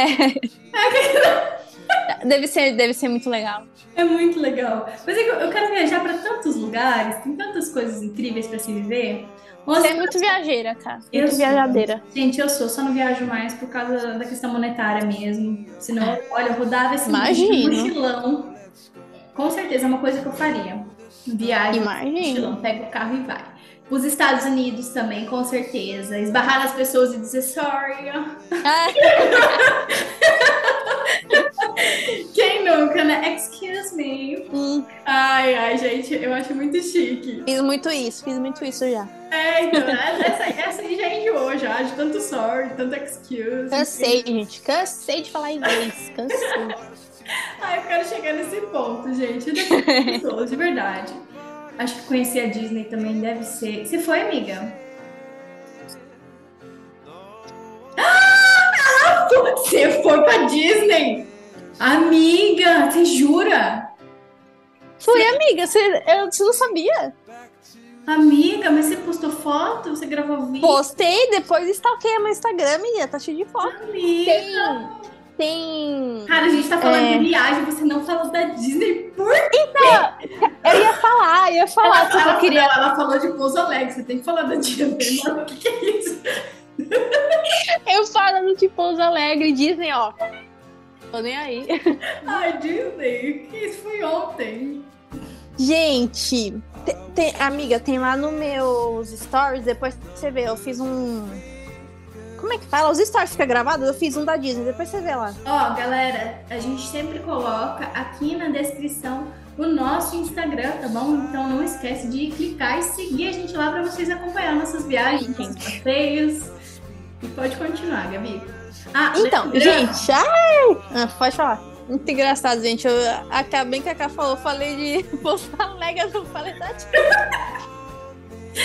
Deve ser muito legal. É muito legal. Mas eu quero viajar pra tantos lugares, tem tantas coisas incríveis pra se viver. Você é muito viajeira, cara. Muito viajadeira. Gente, eu só não viajo mais por causa da questão monetária mesmo. Senão, olha, eu rodava esse mochilão. Com certeza é uma coisa que eu faria. Viagem, mochilão, pega o carro e vai. Os Estados Unidos também, com certeza. Esbarrar nas pessoas e dizer sorry. Quem nunca, né? Excuse me. Ai, gente, eu acho muito chique. Fiz muito isso já. Então, essa aí já enjoou já, de tanto sorry, tanto excuse. Cansei, gente. Cansei de falar inglês. Cansei. Eu quero chegar nesse ponto, gente. Pessoas, de verdade. Acho que conhecer a Disney também deve ser... Você foi, amiga? Você foi pra Disney? Amiga, você jura? Fui, amiga. Você não sabia? Amiga, mas você postou foto? Você gravou vídeo? Postei, depois stalkeia meu Instagram, amiga. Tá cheio de foto. Amiga. Tem... Cara, a gente tá falando de viagem, você não falou da Disney, por quê? Então, eu ia falar. Ela falou de Pouso Alegre, você tem que falar da Disney, mano, o que é isso? Eu falando de Pouso Alegre, Disney, ó. Tô nem aí. Ai, Disney, que isso foi ontem. Gente, amiga, tem lá nos meus stories, depois você vê, eu fiz um... Como é que fala? Os stories ficam gravados? Eu fiz um da Disney, depois você vê lá. Galera, a gente sempre coloca aqui na descrição o nosso Instagram, tá bom? Então não esquece de clicar e seguir a gente lá pra vocês acompanhar nossas viagens, nossos passeios. E pode continuar, Gabi. Então, gente, pode falar. Muito engraçado, gente. Bem que a Ká falou, falei de Pouso Alegre, eu não falei da Disney.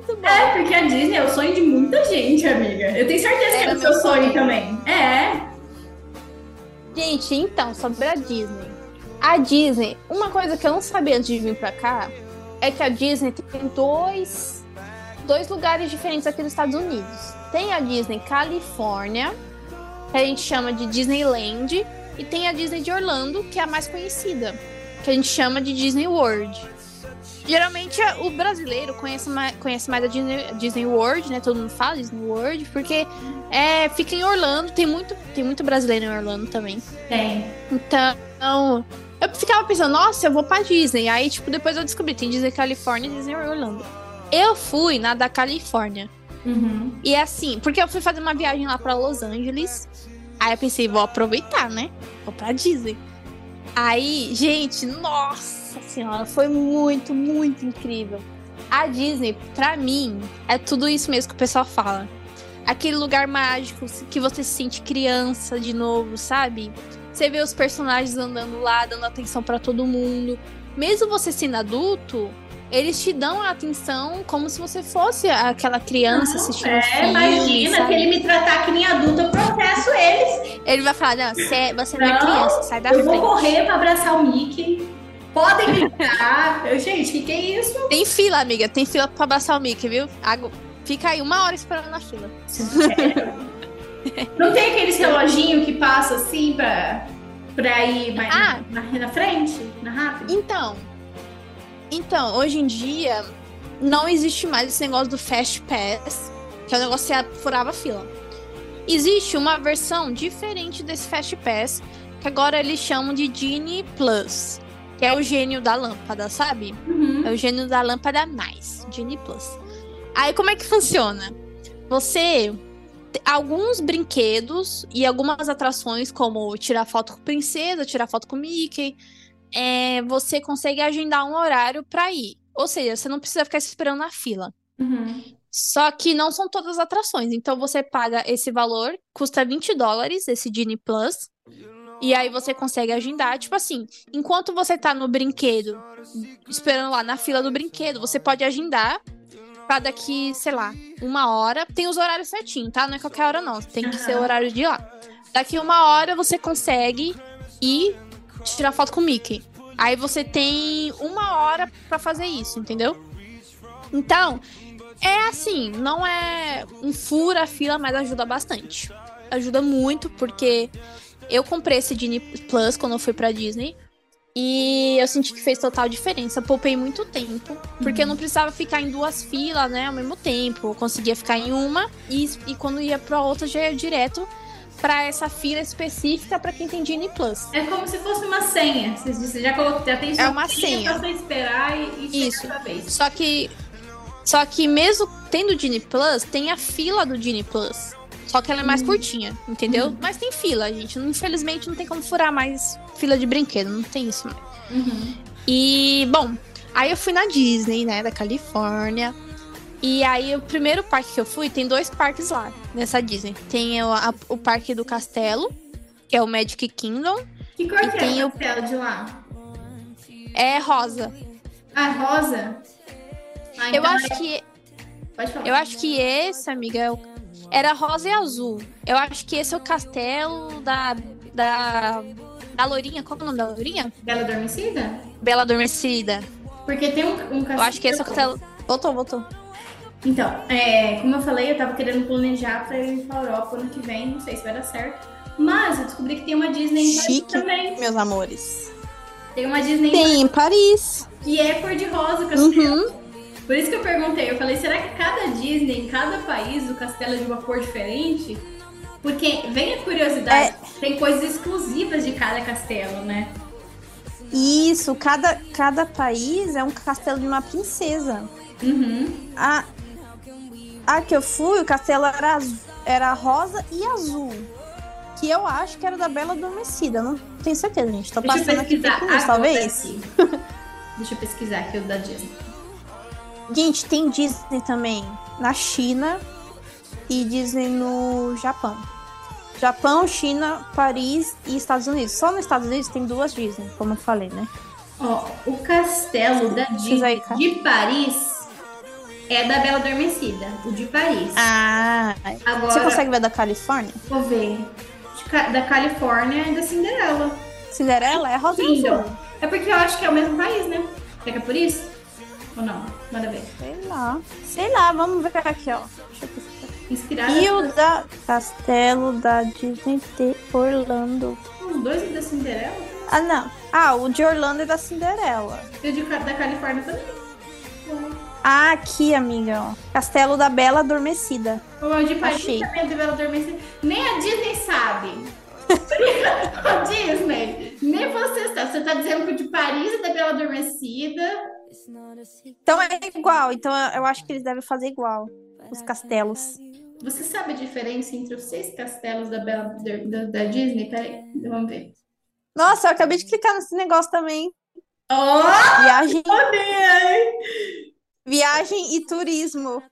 muito bom. É, porque a Disney é o sonho de muita gente, amiga. Eu tenho certeza que é o seu sonho também. É. Gente, então, sobre a Disney. A Disney, uma coisa que eu não sabia antes de vir pra cá, é que a Disney tem dois lugares diferentes aqui nos Estados Unidos. Tem a Disney Califórnia, que a gente chama de Disneyland, e tem a Disney de Orlando, que é a mais conhecida, que a gente chama de Disney World. Geralmente o brasileiro conhece mais a Disney World, né? Todo mundo fala Disney World, porque fica em Orlando, tem muito brasileiro em Orlando também. Tem. Então, eu ficava pensando, nossa, eu vou pra Disney. Aí, tipo, depois eu descobri, tem Disney Califórnia e Disney Orlando. Eu fui na da Califórnia. Uhum. E assim, porque eu fui fazer uma viagem lá pra Los Angeles. Aí eu pensei, vou aproveitar, né? Vou pra Disney. Aí, gente, nossa senhora, foi muito, muito incrível. A Disney, pra mim, é tudo isso mesmo que o pessoal fala. Aquele lugar mágico que você se sente criança de novo, sabe? Você vê os personagens andando lá, dando atenção pra todo mundo. Mesmo você sendo adulto, eles te dão a atenção como se você fosse aquela criança assistindo filme, imagina, sabe? se ele me tratar que nem adulto, eu processo eles. Ele vai falar, não, você não é criança, sai da frente. frente. Eu vou correr pra abraçar o Mickey. Podem me ligar. Gente, o que é isso? Tem fila, amiga, tem fila pra abraçar o Mickey, viu? Fica aí 1 hora esperando na fila. Não tem aqueles reloginhos que passam assim pra ir mais na frente, na rápida? Então, hoje em dia, não existe mais esse negócio do Fast Pass, que é o negócio que você furava a fila. Existe uma versão diferente desse Fast Pass, que agora eles chamam de Genie Plus, que é o gênio da lâmpada, sabe? Uhum. É o gênio da lâmpada mais, Genie Plus. Aí, como é que funciona? Alguns brinquedos e algumas atrações, como tirar foto com princesa, tirar foto com Mickey, você consegue agendar um horário pra ir. Ou seja, você não precisa ficar esperando na fila. Uhum. Só que não são todas as atrações. Então você paga esse valor, custa $20, esse Genie Plus. E aí você consegue agendar. Tipo assim, enquanto você tá no brinquedo, esperando lá na fila do brinquedo, você pode agendar pra daqui, sei lá, 1 hora. Tem os horários certinhos, tá? Não é qualquer hora, não. Tem que ser o horário de lá. Daqui 1 hora você consegue ir tirar foto com o Mickey. Aí você tem 1 hora pra fazer isso, entendeu? Então, é assim, não é um fura-fila, mas ajuda bastante. Ajuda muito, porque eu comprei esse Disney Plus quando eu fui pra Disney. E eu senti que fez total diferença. Poupei muito tempo, porque eu não precisava ficar em 2 filas, né, ao mesmo tempo. Eu conseguia ficar em uma e quando ia pra outra já ia direto pra essa fila específica pra quem tem Disney Plus. É como se fosse uma senha. Você já tem sua uma senha pra você esperar e isso. chegar a sua vez. Só que mesmo tendo Disney Plus, tem a fila do Disney Plus. Só que ela é mais curtinha, entendeu? Mas tem fila, gente. Infelizmente não tem como furar mais fila de brinquedo. Não tem isso mais. E, bom, aí eu fui na Disney, né, da Califórnia. E aí o primeiro parque que eu fui, tem 2 parques lá, nessa Disney. Tem o Parque do Castelo, que é o Magic Kingdom. Que cor que é o castelo de lá? É rosa. Ah, rosa? Eu acho que... Pode falar. Eu acho que esse, amiga, era rosa e azul. Eu acho que esse é o castelo da Lourinha. Qual é o nome da Lourinha? Bela Adormecida? Bela Adormecida. Porque tem um castelo... Eu acho que esse é o castelo... Voltou. Então, como eu falei, eu tava querendo planejar pra ir pra Europa ano que vem. Não sei se vai dar certo. Mas eu descobri que tem uma Disney em Paris também. Meus amores. Tem uma Disney em Paris. Que é cor de rosa o castelo. Por isso que eu perguntei. Eu falei, será que cada Disney, em cada país, o castelo é de uma cor diferente? Porque, vem a curiosidade, tem coisas exclusivas de cada castelo, né? Isso, cada país é um castelo de uma princesa. A que eu fui, o castelo era rosa e azul. Que eu acho que era da Bela Adormecida. Não tenho certeza, gente. Tô passando aqui isso, talvez. Deixa eu pesquisar aqui o da Disney. Gente, tem Disney também na China e Disney no Japão. Japão, China, Paris e Estados Unidos. Só nos Estados Unidos tem 2 Disney, como eu falei, né? Ó, o castelo da Disney de Paris é da Bela Adormecida, o de Paris. Ah, Agora, você consegue ver da Califórnia? vou ver. Da Califórnia e da Cinderela. Cinderela é rosa e Lindo. azul. É porque eu acho que é o mesmo país, né? Será que é por isso? Ou não? Manda ver. Sei lá, vamos ver aqui, ó. Deixa eu ver. Inspirada E o da Castelo da Disney de Orlando. os dois da Cinderela? Ah, não. Ah, o de Orlando é da Cinderela. E o da Califórnia também. Ah, aqui, amiga, ó. Castelo da Bela Adormecida. O de Paris Achei. também é da Bela Adormecida. Nem a Disney sabe. A Disney, nem você sabe. Você tá dizendo que o de Paris é da Bela Adormecida. Então é igual. Então eu acho que eles devem fazer igual. Os castelos. Você sabe a diferença entre os 6 castelos da Disney? Peraí, vamos ver. Nossa, eu acabei de clicar nesse negócio também. Oh, Viagem, odeio! viagem e turismo.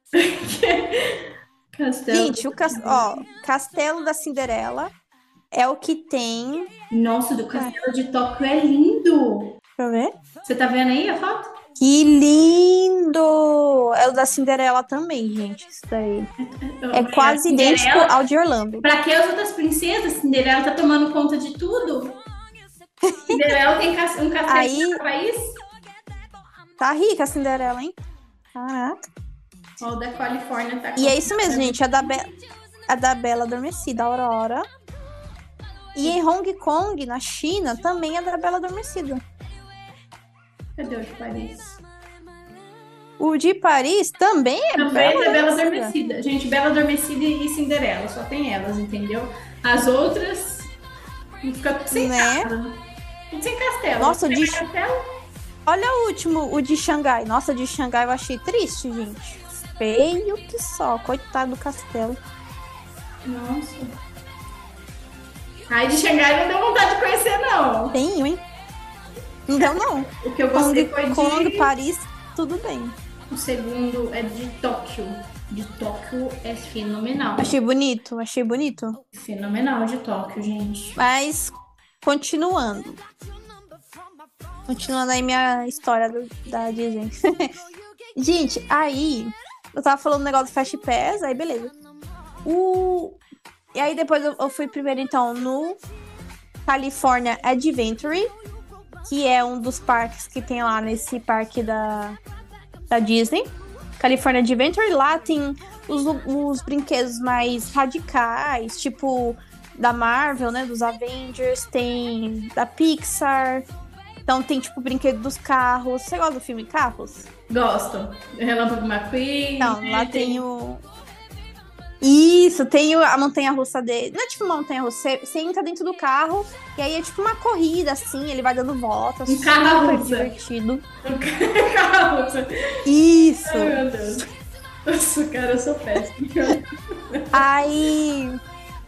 Castelo. Gente, Castelo da Cinderela é o que tem. Nossa, do Castelo de Tóquio é lindo. Deixa eu ver. Você tá vendo aí a foto? Que lindo! É o da Cinderela também, gente. Isso daí. É quase idêntico ao de Orlando. Pra que as outras princesas? Cinderela tá tomando conta de tudo? Cinderela tem um castelo Aí- no país? Tá rica a Cinderela, hein? Caraca. Ó, o da Califórnia tá E é isso mesmo, gente. A da Bela Adormecida, a Aurora. E em Hong Kong, na China, também é da Bela Adormecida. Cadê o de Paris? O de Paris também é Também é da Bela Adormecida. Adormecida. Gente, Bela Adormecida e Cinderela, só tem elas, entendeu? As outras fica tudo sem Né? casa. Tudo sem castelo. Nossa, Tem de- castelo? Olha o último, o de Xangai. Nossa, o de Xangai eu achei triste, gente. Feio que só. Coitado do castelo. Nossa. Ai, de Xangai não deu vontade de conhecer, não. Feio, hein? Não deu, não. O que eu gostei Hong foi Kong, de... Paris, tudo bem. O segundo é de Tóquio. De Tóquio é fenomenal. Achei bonito, achei bonito. Fenomenal de Tóquio, gente. Mas, continuando. Continuando aí minha história da Disney. Gente, aí, eu tava falando do negócio do Fast Pass, aí beleza. E aí depois eu fui primeiro, então, no California Adventure, que é um dos parques que tem lá nesse parque da Disney. California Adventure, lá tem os brinquedos mais radicais, tipo da Marvel, né, dos Avengers, tem da Pixar. Então tem, tipo, brinquedo dos carros. Você gosta do filme Carros? Gosto. Relâmpago McQueen. Então, lá tem o... Isso, tem a montanha-russa dele. Não é tipo uma montanha-russa, você entra dentro do carro e aí é tipo uma corrida, assim, ele vai dando voltas. Um super carro-russa. divertido. Carroça. Isso! Ai, meu Deus. Nossa, cara, eu sou péssima. Aí...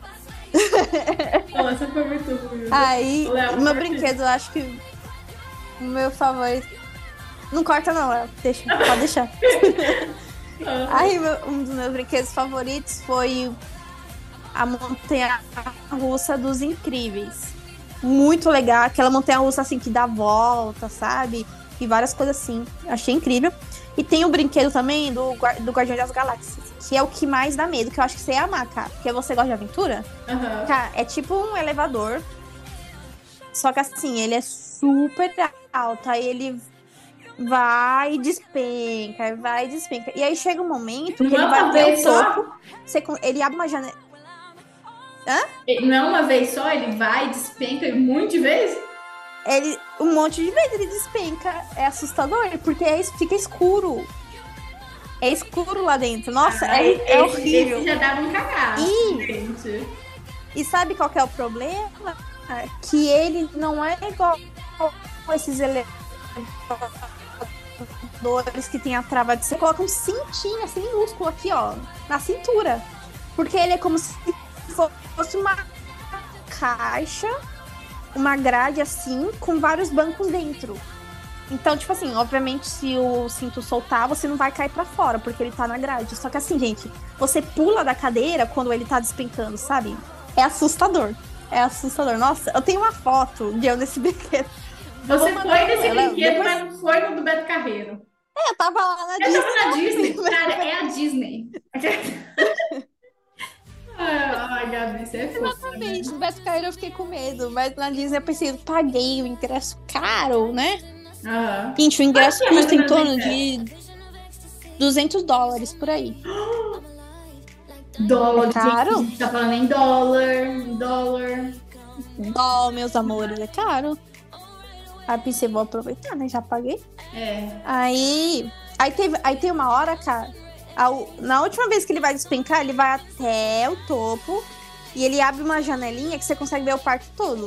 Nossa, foi muito ruim. Aí, Léo, o meu corta brinquedo, eu acho que o meu favorito... Não corta não, Léo. Deixa, pode deixar. Aí, um dos meus brinquedos favoritos foi a montanha-russa dos Incríveis. Muito legal. Aquela montanha-russa, assim, que dá volta, sabe? E várias coisas assim. Achei incrível. E tem um brinquedo também do Guardião das Galáxias, que é o que mais dá medo, que eu acho que você ia amar, cara. Porque você gosta de aventura? Aham. Cara, é tipo um elevador. Só que assim, ele é super alto. Aí ele vai e despenca, vai e despenca. E aí chega um momento que Não ele é vai uma até o vez só? topo. Ele abre uma janela. Não é uma vez só, ele vai, despenca um monte de vezes? Um monte de vezes ele despenca. É assustador, porque fica escuro. É escuro lá dentro. Nossa, é horrível. Esse já dava um cagaço, gente. E sabe qual que é o problema? Que ele não é igual esses elevadores que tem a trava de... Você coloca um cintinho, assim, minúsculo aqui, ó, na cintura. Porque ele é como se fosse uma caixa, uma grade, assim, com vários bancos dentro. Então, tipo assim, obviamente, se o cinto soltar, você não vai cair pra fora, porque ele tá na grade. Só que assim, gente, você pula da cadeira quando ele tá despencando, sabe? É assustador. É assustador. Nossa, eu tenho uma foto de eu nesse brinquedo. Você foi nesse ela, brinquedo, depois... mas não foi no do Beto Carreiro. Eu tava lá na Eu Disney. tava na Disney. Cara, é a Disney. Ai, Gabi, você é fofa, né? Exatamente. No Beto Carreiro eu fiquei com medo. Mas na Disney eu pensei, eu paguei o ingresso caro, né? Aham. Gente, o ingresso Quanto que é mais custa ou em menos o torno ingresso? de $200 por aí. Dólar, É caro? gente, a gente tá falando em dólar, Meus amores, é caro. Aí pensei, vou aproveitar, né? Já paguei. É. Aí tem uma hora, cara. Na última vez que ele vai despencar, ele vai até o topo e ele abre uma janelinha que você consegue ver o parque todo.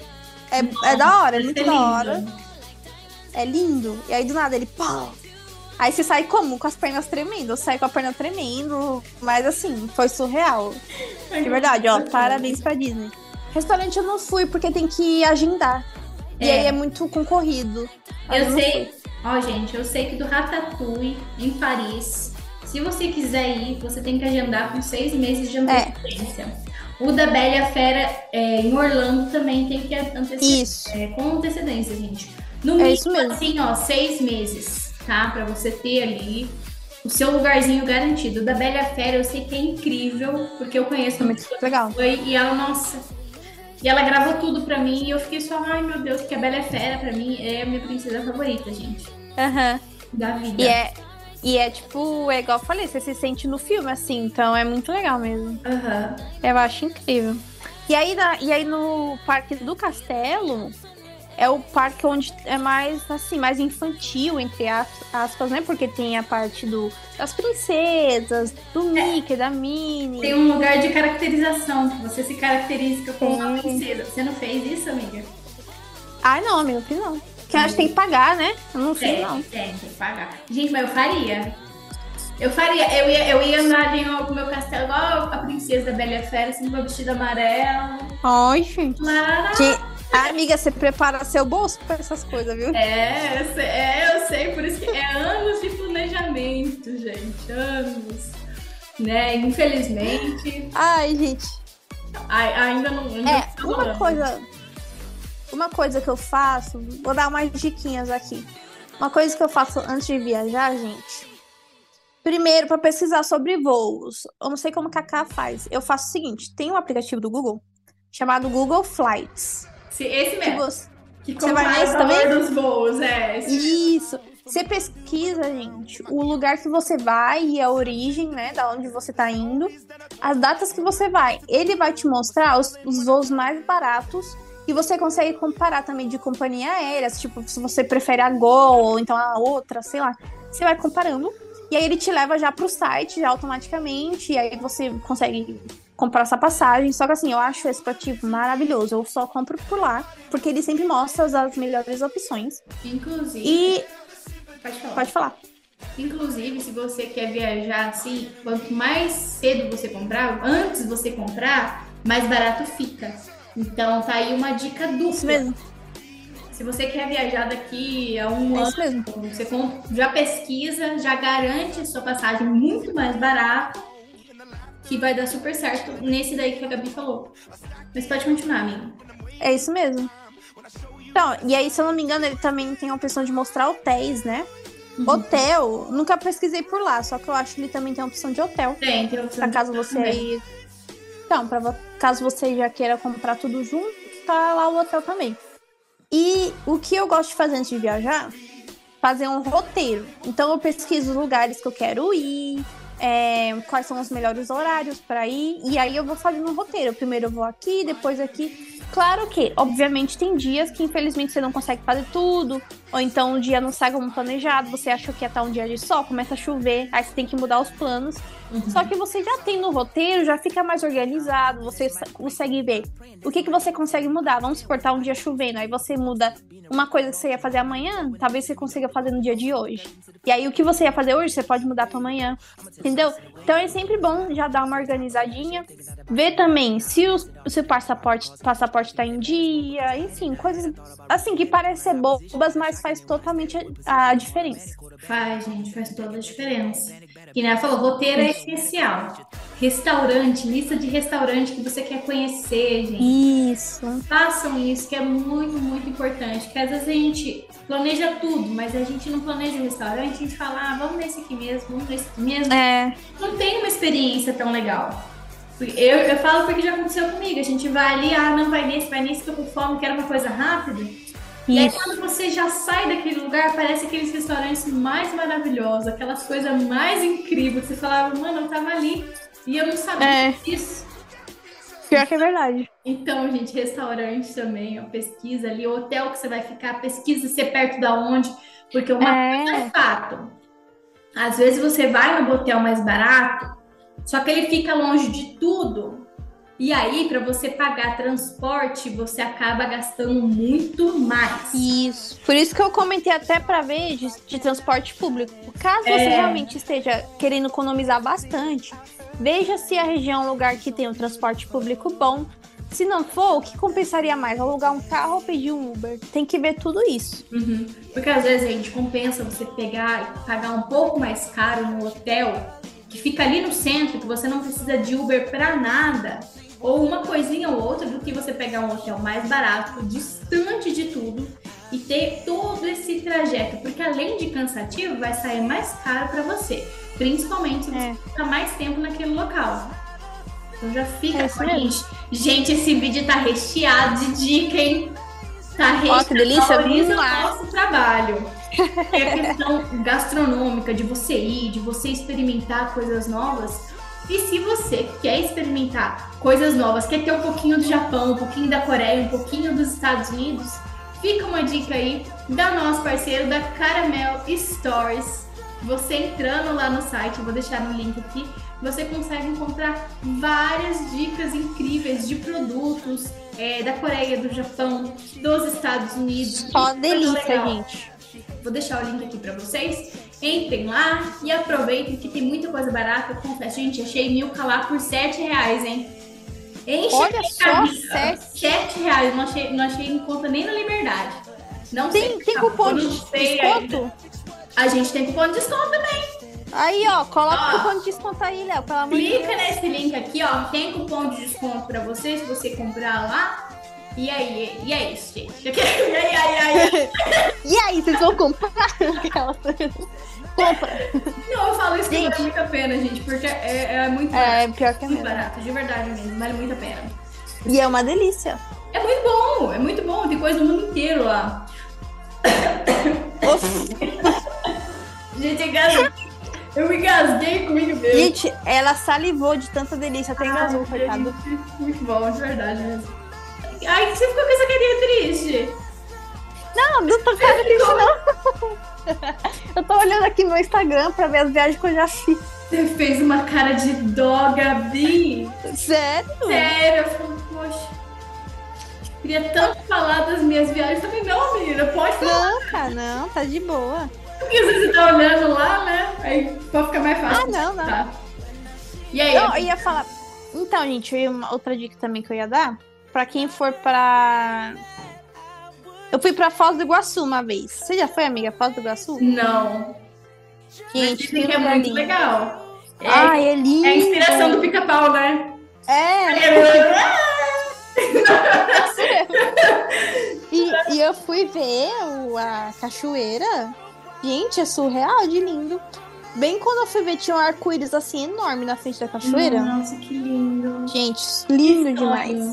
É da hora, é muito da hora. É lindo. E aí do nada ele pá! Aí você sai como? Com as pernas tremendo. Eu saí com a perna tremendo. Mas assim, foi surreal. De verdade, ó. Parabéns pra Disney. Restaurante eu não fui porque tem que agendar. E aí é muito concorrido. Aí Eu não sei, fui. ó, gente, eu sei que do Ratatouille, em Paris, se você quiser ir, você tem que agendar com 6 meses de antecedência. O da Bela e a Fera em Orlando também tem que antecedência. Isso. Com antecedência, gente. No mínimo, isso mesmo. assim, ó, 6 meses, tá? Pra você ter ali o seu lugarzinho garantido. O da Bela e a Fera eu sei que é incrível, porque eu conheço uma Muito pessoa legal. que foi e ela, nossa... E ela gravou tudo pra mim e eu fiquei só, ai meu Deus, porque a Bela é Fera pra mim é a minha princesa favorita, gente. Aham. Da vida. E é tipo, é igual eu falei, você se sente no filme, assim, então é muito legal mesmo. Aham. Eu acho incrível. E aí no Parque do Castelo, é o parque onde é mais, assim, mais infantil, entre aspas, né? Porque tem a parte das princesas, do Mickey, da Minnie. Tem um lugar de caracterização, que você se caracteriza como uma princesa. Você não fez isso, amiga? Ai, não, amigo, fiz não. Porque eu acho que tem que pagar, né? Eu não fiz, não. Tem que pagar. Gente, mas eu faria. Eu ia andar com o meu castelo igual a princesa da Bela e a Fera, assim, com o vestido amarelo. Ai, gente. Lá. Amiga, você prepara seu bolso pra essas coisas, viu? Eu sei, por isso que é anos de planejamento, gente, anos, né, infelizmente. Ai, gente. Ainda não uma coisa que eu faço, vou dar umas diquinhas aqui. Uma coisa que eu faço antes de viajar, gente. Primeiro, para pesquisar sobre voos. Eu não sei como a Cacá faz. Eu faço o seguinte, tem um aplicativo do Google chamado Google Flights. Esse mesmo. Que você vai nesse o valor também? dos voos, Isso. Você pesquisa, gente, o lugar que você vai e a origem, né, da onde você tá indo, as datas que você vai. Ele vai te mostrar os voos mais baratos e você consegue comparar também de companhia aérea, tipo, se você prefere a Gol ou então a outra, sei lá. Você vai comparando e aí ele te leva já pro site, já automaticamente, e aí você consegue comprar essa passagem. Só que assim, eu acho esse aplicativo maravilhoso. Eu só compro por lá, porque ele sempre mostra as melhores opções. Inclusive... Pode falar. Inclusive, se você quer viajar assim, quanto mais cedo você comprar, antes você comprar, mais barato fica. Então tá aí uma dica dupla. Isso mesmo. Se você quer viajar daqui a um ano, mesmo. Você já pesquisa, já garante a sua passagem muito mais barata, que vai dar super certo nesse daí que a Gabi falou. Mas pode continuar, amiga. É isso mesmo. Então, e aí, se eu não me engano, ele também tem a opção de mostrar hotéis, né? Hotel, nunca pesquisei por lá, só que eu acho que ele também tem a opção de hotel. Tem opção pra caso você também. aí... Então, caso você já queira comprar tudo junto, tá lá o hotel também. E o que eu gosto de fazer antes de viajar? Fazer um roteiro. Então, eu pesquiso os lugares que eu quero ir, quais são os melhores horários para ir, e aí eu vou fazendo um roteiro. Primeiro eu vou aqui, depois aqui. Claro que, obviamente, tem dias que infelizmente você não consegue fazer tudo, ou então o dia não sai como planejado, você achou que ia estar um dia de sol, começa a chover, aí você tem que mudar os planos. Só que você já tem no roteiro, já fica mais organizado, você consegue ver o que você consegue mudar. Vamos suportar um dia chovendo, aí você muda uma coisa que você ia fazer amanhã, talvez você consiga fazer no dia de hoje. E aí o que você ia fazer hoje, você pode mudar para amanhã, entendeu? Então é sempre bom já dar uma organizadinha, ver também se o passaporte passaporte tá em dia, enfim, coisas assim que parecem ser bobas, mas faz totalmente a diferença. Faz, gente, faz toda a diferença. Que nem ela falou, roteiro é essencial. Restaurante, lista de restaurante que você quer conhecer, gente. Isso. Façam isso, que é muito, muito importante. Porque às vezes a gente planeja tudo, mas a gente não planeja o restaurante, a gente fala, vamos nesse aqui mesmo, vamos nesse aqui mesmo. Não tem uma experiência tão legal. Eu falo porque já aconteceu comigo. A gente vai ali, não vai nesse, tô com fome, quero uma coisa rápida. E aí quando você já sai daquele lugar, parece aqueles restaurantes mais maravilhosos, aquelas coisas mais incríveis. Você falava, mano, eu tava ali e eu não sabia disso. Pior que é verdade. Então, gente, restaurante também, pesquisa ali, o hotel que você vai ficar, pesquisa ser perto da onde, porque uma coisa é fato. Às vezes você vai no hotel mais barato, só que ele fica longe de tudo. E aí, para você pagar transporte, você acaba gastando muito mais. Isso. Por isso que eu comentei até para ver de transporte público. Caso você realmente esteja querendo economizar bastante, veja se a região é um lugar que tem um transporte público bom. Se não for, o que compensaria mais? Alugar um carro ou pedir um Uber? Tem que ver tudo isso. Porque às vezes, gente, compensa você pegar e pagar um pouco mais caro no hotel, que fica ali no centro, que você não precisa de Uber para nada. Ou uma coisinha ou outra, do que você pegar um hotel mais barato, distante de tudo, e ter todo esse trajeto. Porque além de cansativo, vai sair mais caro para você. Principalmente se você ficar mais tempo naquele local. Então já fica com a gente. Gente, esse vídeo tá recheado de dica, hein? Tá recheado. Que delícia, valoriza o nosso trabalho. É a questão gastronômica, de você ir, de você experimentar coisas novas. E se você quer experimentar coisas novas, quer ter um pouquinho do Japão, um pouquinho da Coreia, um pouquinho dos Estados Unidos, fica uma dica aí da nosso parceiro da Caramel Stories. Você entrando lá no site, eu vou deixar no link aqui, você consegue encontrar várias dicas incríveis de produtos da Coreia, do Japão, dos Estados Unidos. Só delícia, gente. Vou deixar o link aqui para vocês. Entrem lá e aproveitem que tem muita coisa barata. Eu confesso, gente, achei milka lá por R$7, hein? Olha só, R$7. Não achei em conta nem na Liberdade. Não tem cupom de desconto? A gente tem cupom de desconto também. Aí, coloca o cupom de desconto aí, Léo, pelo amor de Deus. Clica nesse link aqui, tem cupom de desconto para você, se você comprar lá. E aí, e é isso, gente. E aí, vocês vão comprar? Compra. Não, eu falo isso que vale muito a pena, gente, porque é muito barato. Pior que é muito barato, de verdade mesmo, vale muito a pena. E é uma delícia. É muito bom, tem coisa do mundo inteiro lá. Gente, eu me engasguei comigo mesmo. Gente, ela salivou de tanta delícia, até engasgou, coitado. Muito bom, de verdade mesmo. Ai, você ficou com essa carinha triste? Não tô com cara triste, não. Eu tô olhando aqui no meu Instagram pra ver as viagens que eu já fiz. Você fez uma cara de dó, Gabi. Sério? Sério, eu falei, poxa. Queria tanto falar das minhas viagens. Também não, menina, pode falar. Não, cara, não, tá de boa. Porque você tá olhando lá, né? Aí pode ficar mais fácil. Não. Tá. E aí? Eu ia falar... Então, gente, uma outra dica também que eu ia dar. Pra quem for pra... Eu fui pra Foz do Iguaçu uma vez. Você já foi, amiga, Foz do Iguaçu? Não. Gente, que é muito legal. É lindo. É a inspiração do Pica-Pau, né? E eu fui ver a cachoeira. Gente, é surreal de lindo. Bem quando eu fui ver, tinha um arco-íris assim enorme na frente da cachoeira. Nossa, que lindo. Gente, lindo demais.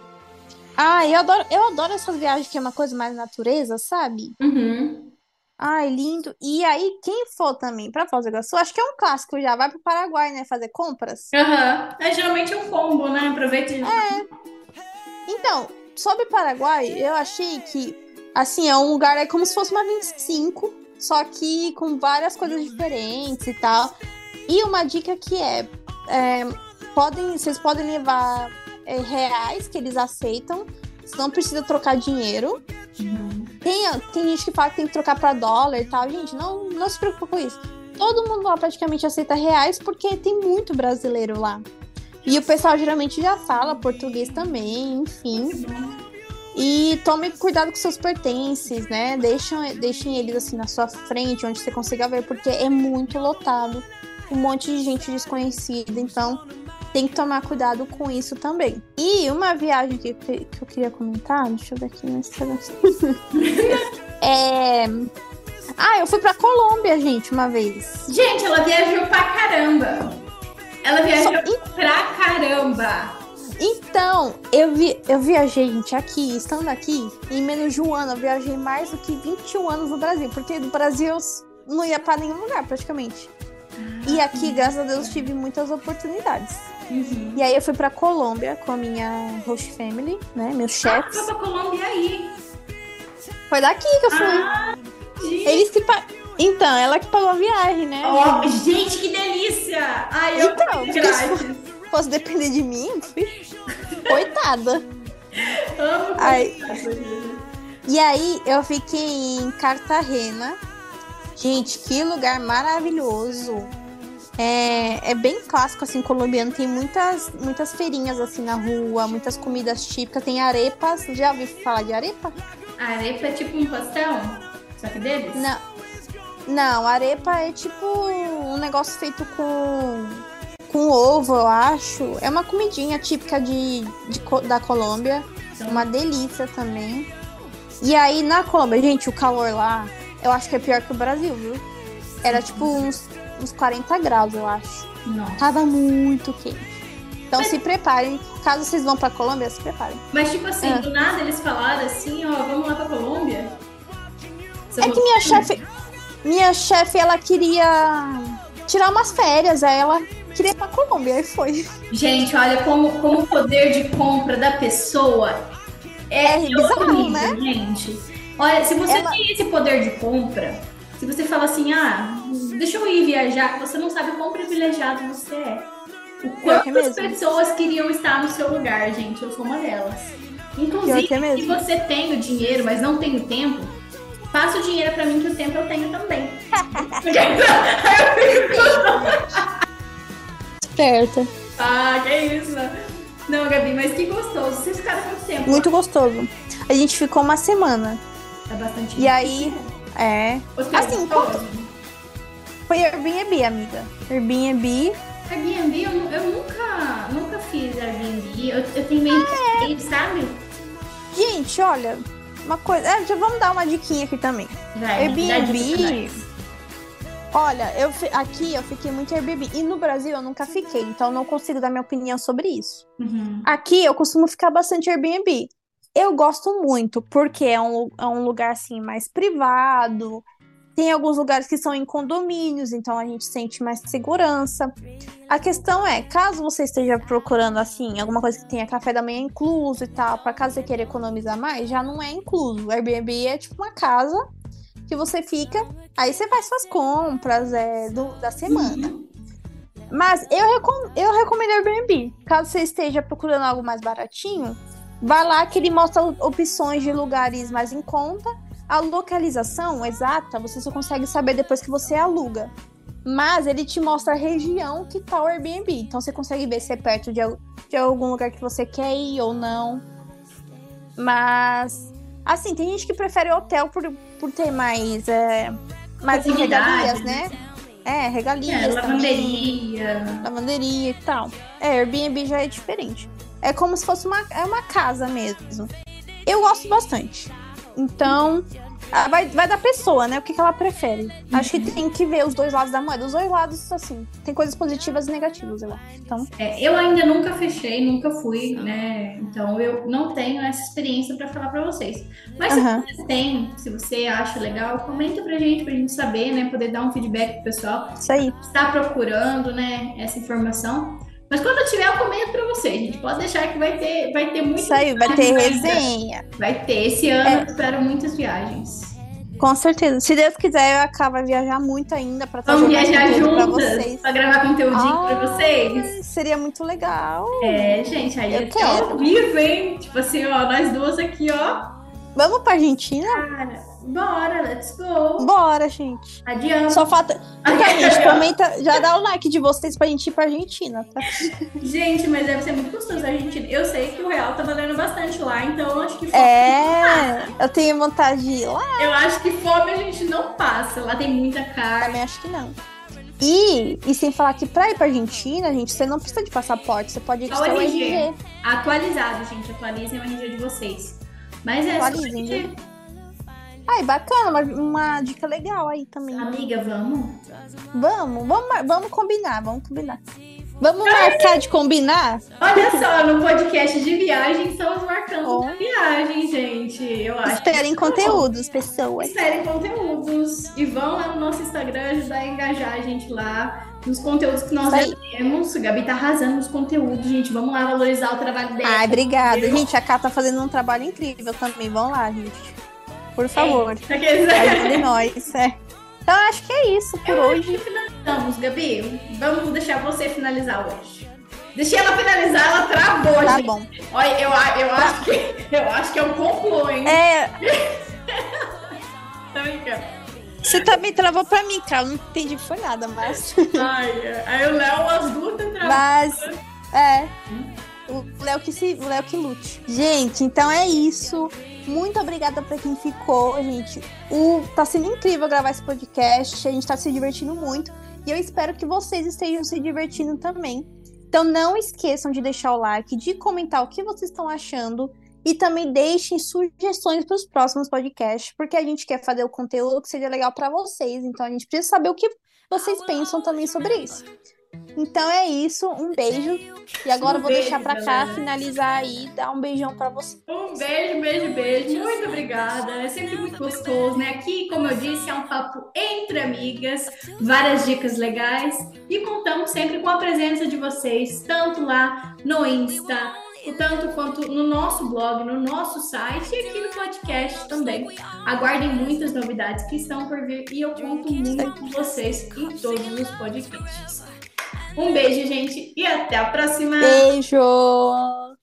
Eu adoro essas viagens que é uma coisa mais natureza, sabe? Ai, lindo. E aí, quem for também pra Foz do Iguaçu, acho que é um clássico já, vai pro Paraguai, né, fazer compras. Geralmente é um combo, né? Aproveita e... Então, sobre o Paraguai, eu achei que, assim, é um lugar, é como se fosse uma 25, só que com várias coisas diferentes e tal. E uma dica que vocês podem levar reais que eles aceitam, você não precisa trocar dinheiro. Tem gente que fala que tem que trocar pra dólar e tal. Gente, não se preocupe com isso. Todo mundo lá praticamente aceita reais porque tem muito brasileiro lá. E o pessoal geralmente já fala português também, enfim. E tome cuidado com seus pertences, né? Deixem eles assim na sua frente, onde você consiga ver, porque é muito lotado. Um monte de gente desconhecida, então tem que tomar cuidado com isso também. E uma viagem que eu queria comentar, deixa eu ver aqui no Instagram. Eu fui pra Colômbia, gente, uma vez. Gente, ela viajou pra caramba. Ela viajou pra caramba. Então, eu viajei, gente, estando aqui, em menos de um ano, eu viajei mais do que 21 anos no Brasil, porque no Brasil eu não ia pra nenhum lugar, praticamente. E aqui, graças a Deus, tive muitas oportunidades. Uhum. E aí eu fui pra Colômbia com a minha host family, né, meus chefes. Foi pra Colômbia aí. Foi daqui que eu fui. Eles que Então, ela que pagou a viagem, né? Oh, gente, que delícia! Ai, eu fui grátis. Fosse depender de mim, coitada. Amo. E aí, eu fiquei em Cartagena. Gente, que lugar maravilhoso. É bem clássico, assim, colombiano. Tem muitas feirinhas, assim, na rua. Muitas comidas típicas. Tem arepas. Já ouviu falar de arepa? Arepa é tipo um pastel? Só que deles? Não, arepa é tipo um negócio feito com ovo, eu acho. É uma comidinha típica da Colômbia. Então. Uma delícia também. E aí, na Colômbia, gente, o calor lá, eu acho que é pior que o Brasil, viu? Era tipo uns 40 graus, eu acho. Não. Tava muito quente. Então se preparem. Caso vocês vão pra Colômbia, se preparem. Mas tipo assim, do nada eles falaram assim, ó, vamos lá pra Colômbia? É que minha chefe, ela queria tirar umas férias, aí ela queria ir pra Colômbia, aí foi. Gente, olha como o poder de compra da pessoa é bizarro, horrível, né? Gente. Olha, se você tem esse poder de compra, se você fala assim, deixa eu ir viajar, você não sabe o quão privilegiado você é. O quantas pessoas queriam estar no seu lugar, gente. Eu sou uma delas. Inclusive, se você tem o dinheiro, mas não tem o tempo, passa o dinheiro pra mim, que o tempo eu tenho também. Certo. Que isso. Não, Gabi, mas que gostoso. Vocês ficaram quanto tempo? Muito gostoso. A gente ficou uma semana. É bastante. E aí, assim, foi Airbnb, amiga. Airbnb, eu nunca fiz Airbnb. Eu tenho meio que sabe? Gente, olha, uma coisa. Já vamos dar uma diquinha aqui também. Airbnb. Olha, aqui eu fiquei muito Airbnb. E no Brasil eu nunca fiquei, então eu não consigo dar minha opinião sobre isso. Uhum. Aqui eu costumo ficar bastante Airbnb. Eu gosto muito, porque é um lugar assim mais privado. Tem alguns lugares que são em condomínios, então a gente sente mais segurança. A questão é, caso você esteja procurando assim, alguma coisa que tenha café da manhã incluso e tal, para caso você queira economizar mais, já não é incluso. O Airbnb é tipo uma casa que você fica, aí você faz suas compras da semana. Mas eu recomendo Airbnb. Caso você esteja procurando algo mais baratinho, vá lá que ele mostra opções de lugares mais em conta. A localização exata você só consegue saber depois que você aluga. Mas ele te mostra a região que tá o Airbnb. Então você consegue ver se é perto de algum lugar que você quer ir ou não. Mas, assim, tem gente que prefere hotel por ter mais regalias, né? Regalias lavanderia. Também. Lavanderia e tal. Airbnb já é diferente. É como se fosse uma casa mesmo. Eu gosto bastante. Então, vai da pessoa, né? O que ela prefere. Acho que tem que ver os dois lados da moeda. Os dois lados, assim, tem coisas positivas e negativas, eu acho. Então... eu ainda nunca fechei, nunca fui, né? Então, eu não tenho essa experiência pra falar pra vocês. Mas se você tem, se você acha legal, comenta pra gente saber, né? Poder dar um feedback pro pessoal. Isso aí. Está procurando, né? Essa informação. Mas quando eu tiver, eu comento pra vocês, gente. Pode deixar que vai ter muito. Isso aí, vai ter resenha. Vai ter. Esse ano eu espero muitas viagens. Com certeza. Se Deus quiser, a Ká vai viajar muito ainda pra Vamos trazer viajar conteúdo pra juntas, vocês. pra gravar conteúdinho pra vocês. Seria muito legal. Gente, aí eu quero. Ao vivo, hein? Tipo assim, ó, nós duas aqui, ó. Vamos pra Argentina? Cara, Bora, let's go. Bora, gente. Adianta. Só falta. Então, gente, comenta, já dá o like de vocês pra gente ir pra Argentina, tá? Gente, mas deve ser muito gostoso a Argentina. Eu sei que o real tá valendo bastante lá, então eu acho que eu tenho vontade de ir lá. Eu acho que fome a gente não passa. Lá tem muita carne. Também acho que não. E sem falar que pra ir pra Argentina, gente, você não precisa de passaporte, você pode ir com o seu RG. Atualizado, gente. Atualizem o RG de vocês. Mas Atualizem, né? Ai, bacana, uma dica legal aí também. Amiga, vamos? Vamos combinar. Vamos marcar de combinar? Olha só, no podcast de viagem, estamos marcando viagem, gente. Eu acho. Esperem conteúdos, pessoas. Esperem conteúdos. E vão lá no nosso Instagram ajudar a engajar a gente lá nos conteúdos que nós já temos. A Gabi tá arrasando nos conteúdos, gente. Vamos lá valorizar o trabalho dela. Ai, obrigada. Gente, a Ká tá fazendo um trabalho incrível também. Vão lá, gente. Por favor. Ajudem nós. Então, acho que é isso por hoje. Finalizamos, Gabi. Vamos deixar você finalizar hoje. Deixei ela finalizar, ela travou, tá gente. Bom. Olha, eu acho que é um complô, hein? Tá brincando. Você também travou pra mim, cara. Eu não entendi que foi nada, mas... Aí o Léo, as duas travou. Mas, o Léo que lute. Gente, então é isso. Muito obrigada pra quem ficou, gente. Tá sendo incrível gravar esse podcast. A gente tá se divertindo muito. E eu espero que vocês estejam se divertindo também. Então não esqueçam de deixar o like, de comentar o que vocês estão achando. E também deixem sugestões para os próximos podcasts. Porque a gente quer fazer o conteúdo que seja legal pra vocês. Então a gente precisa saber o que vocês pensam também sobre isso. Então é isso, um beijo. E agora eu vou deixar pra cá, finalizar aí, dar um beijão pra você. Um beijo. Muito obrigada. É sempre muito gostoso, né? Aqui, como eu disse, é um papo entre amigas, várias dicas legais. E contamos sempre com a presença de vocês, tanto lá no Insta, tanto quanto no nosso blog, no nosso site e aqui no podcast também. Aguardem muitas novidades que estão por vir e eu conto muito com vocês em todos os podcasts. Um beijo, gente, e até a próxima! Beijo!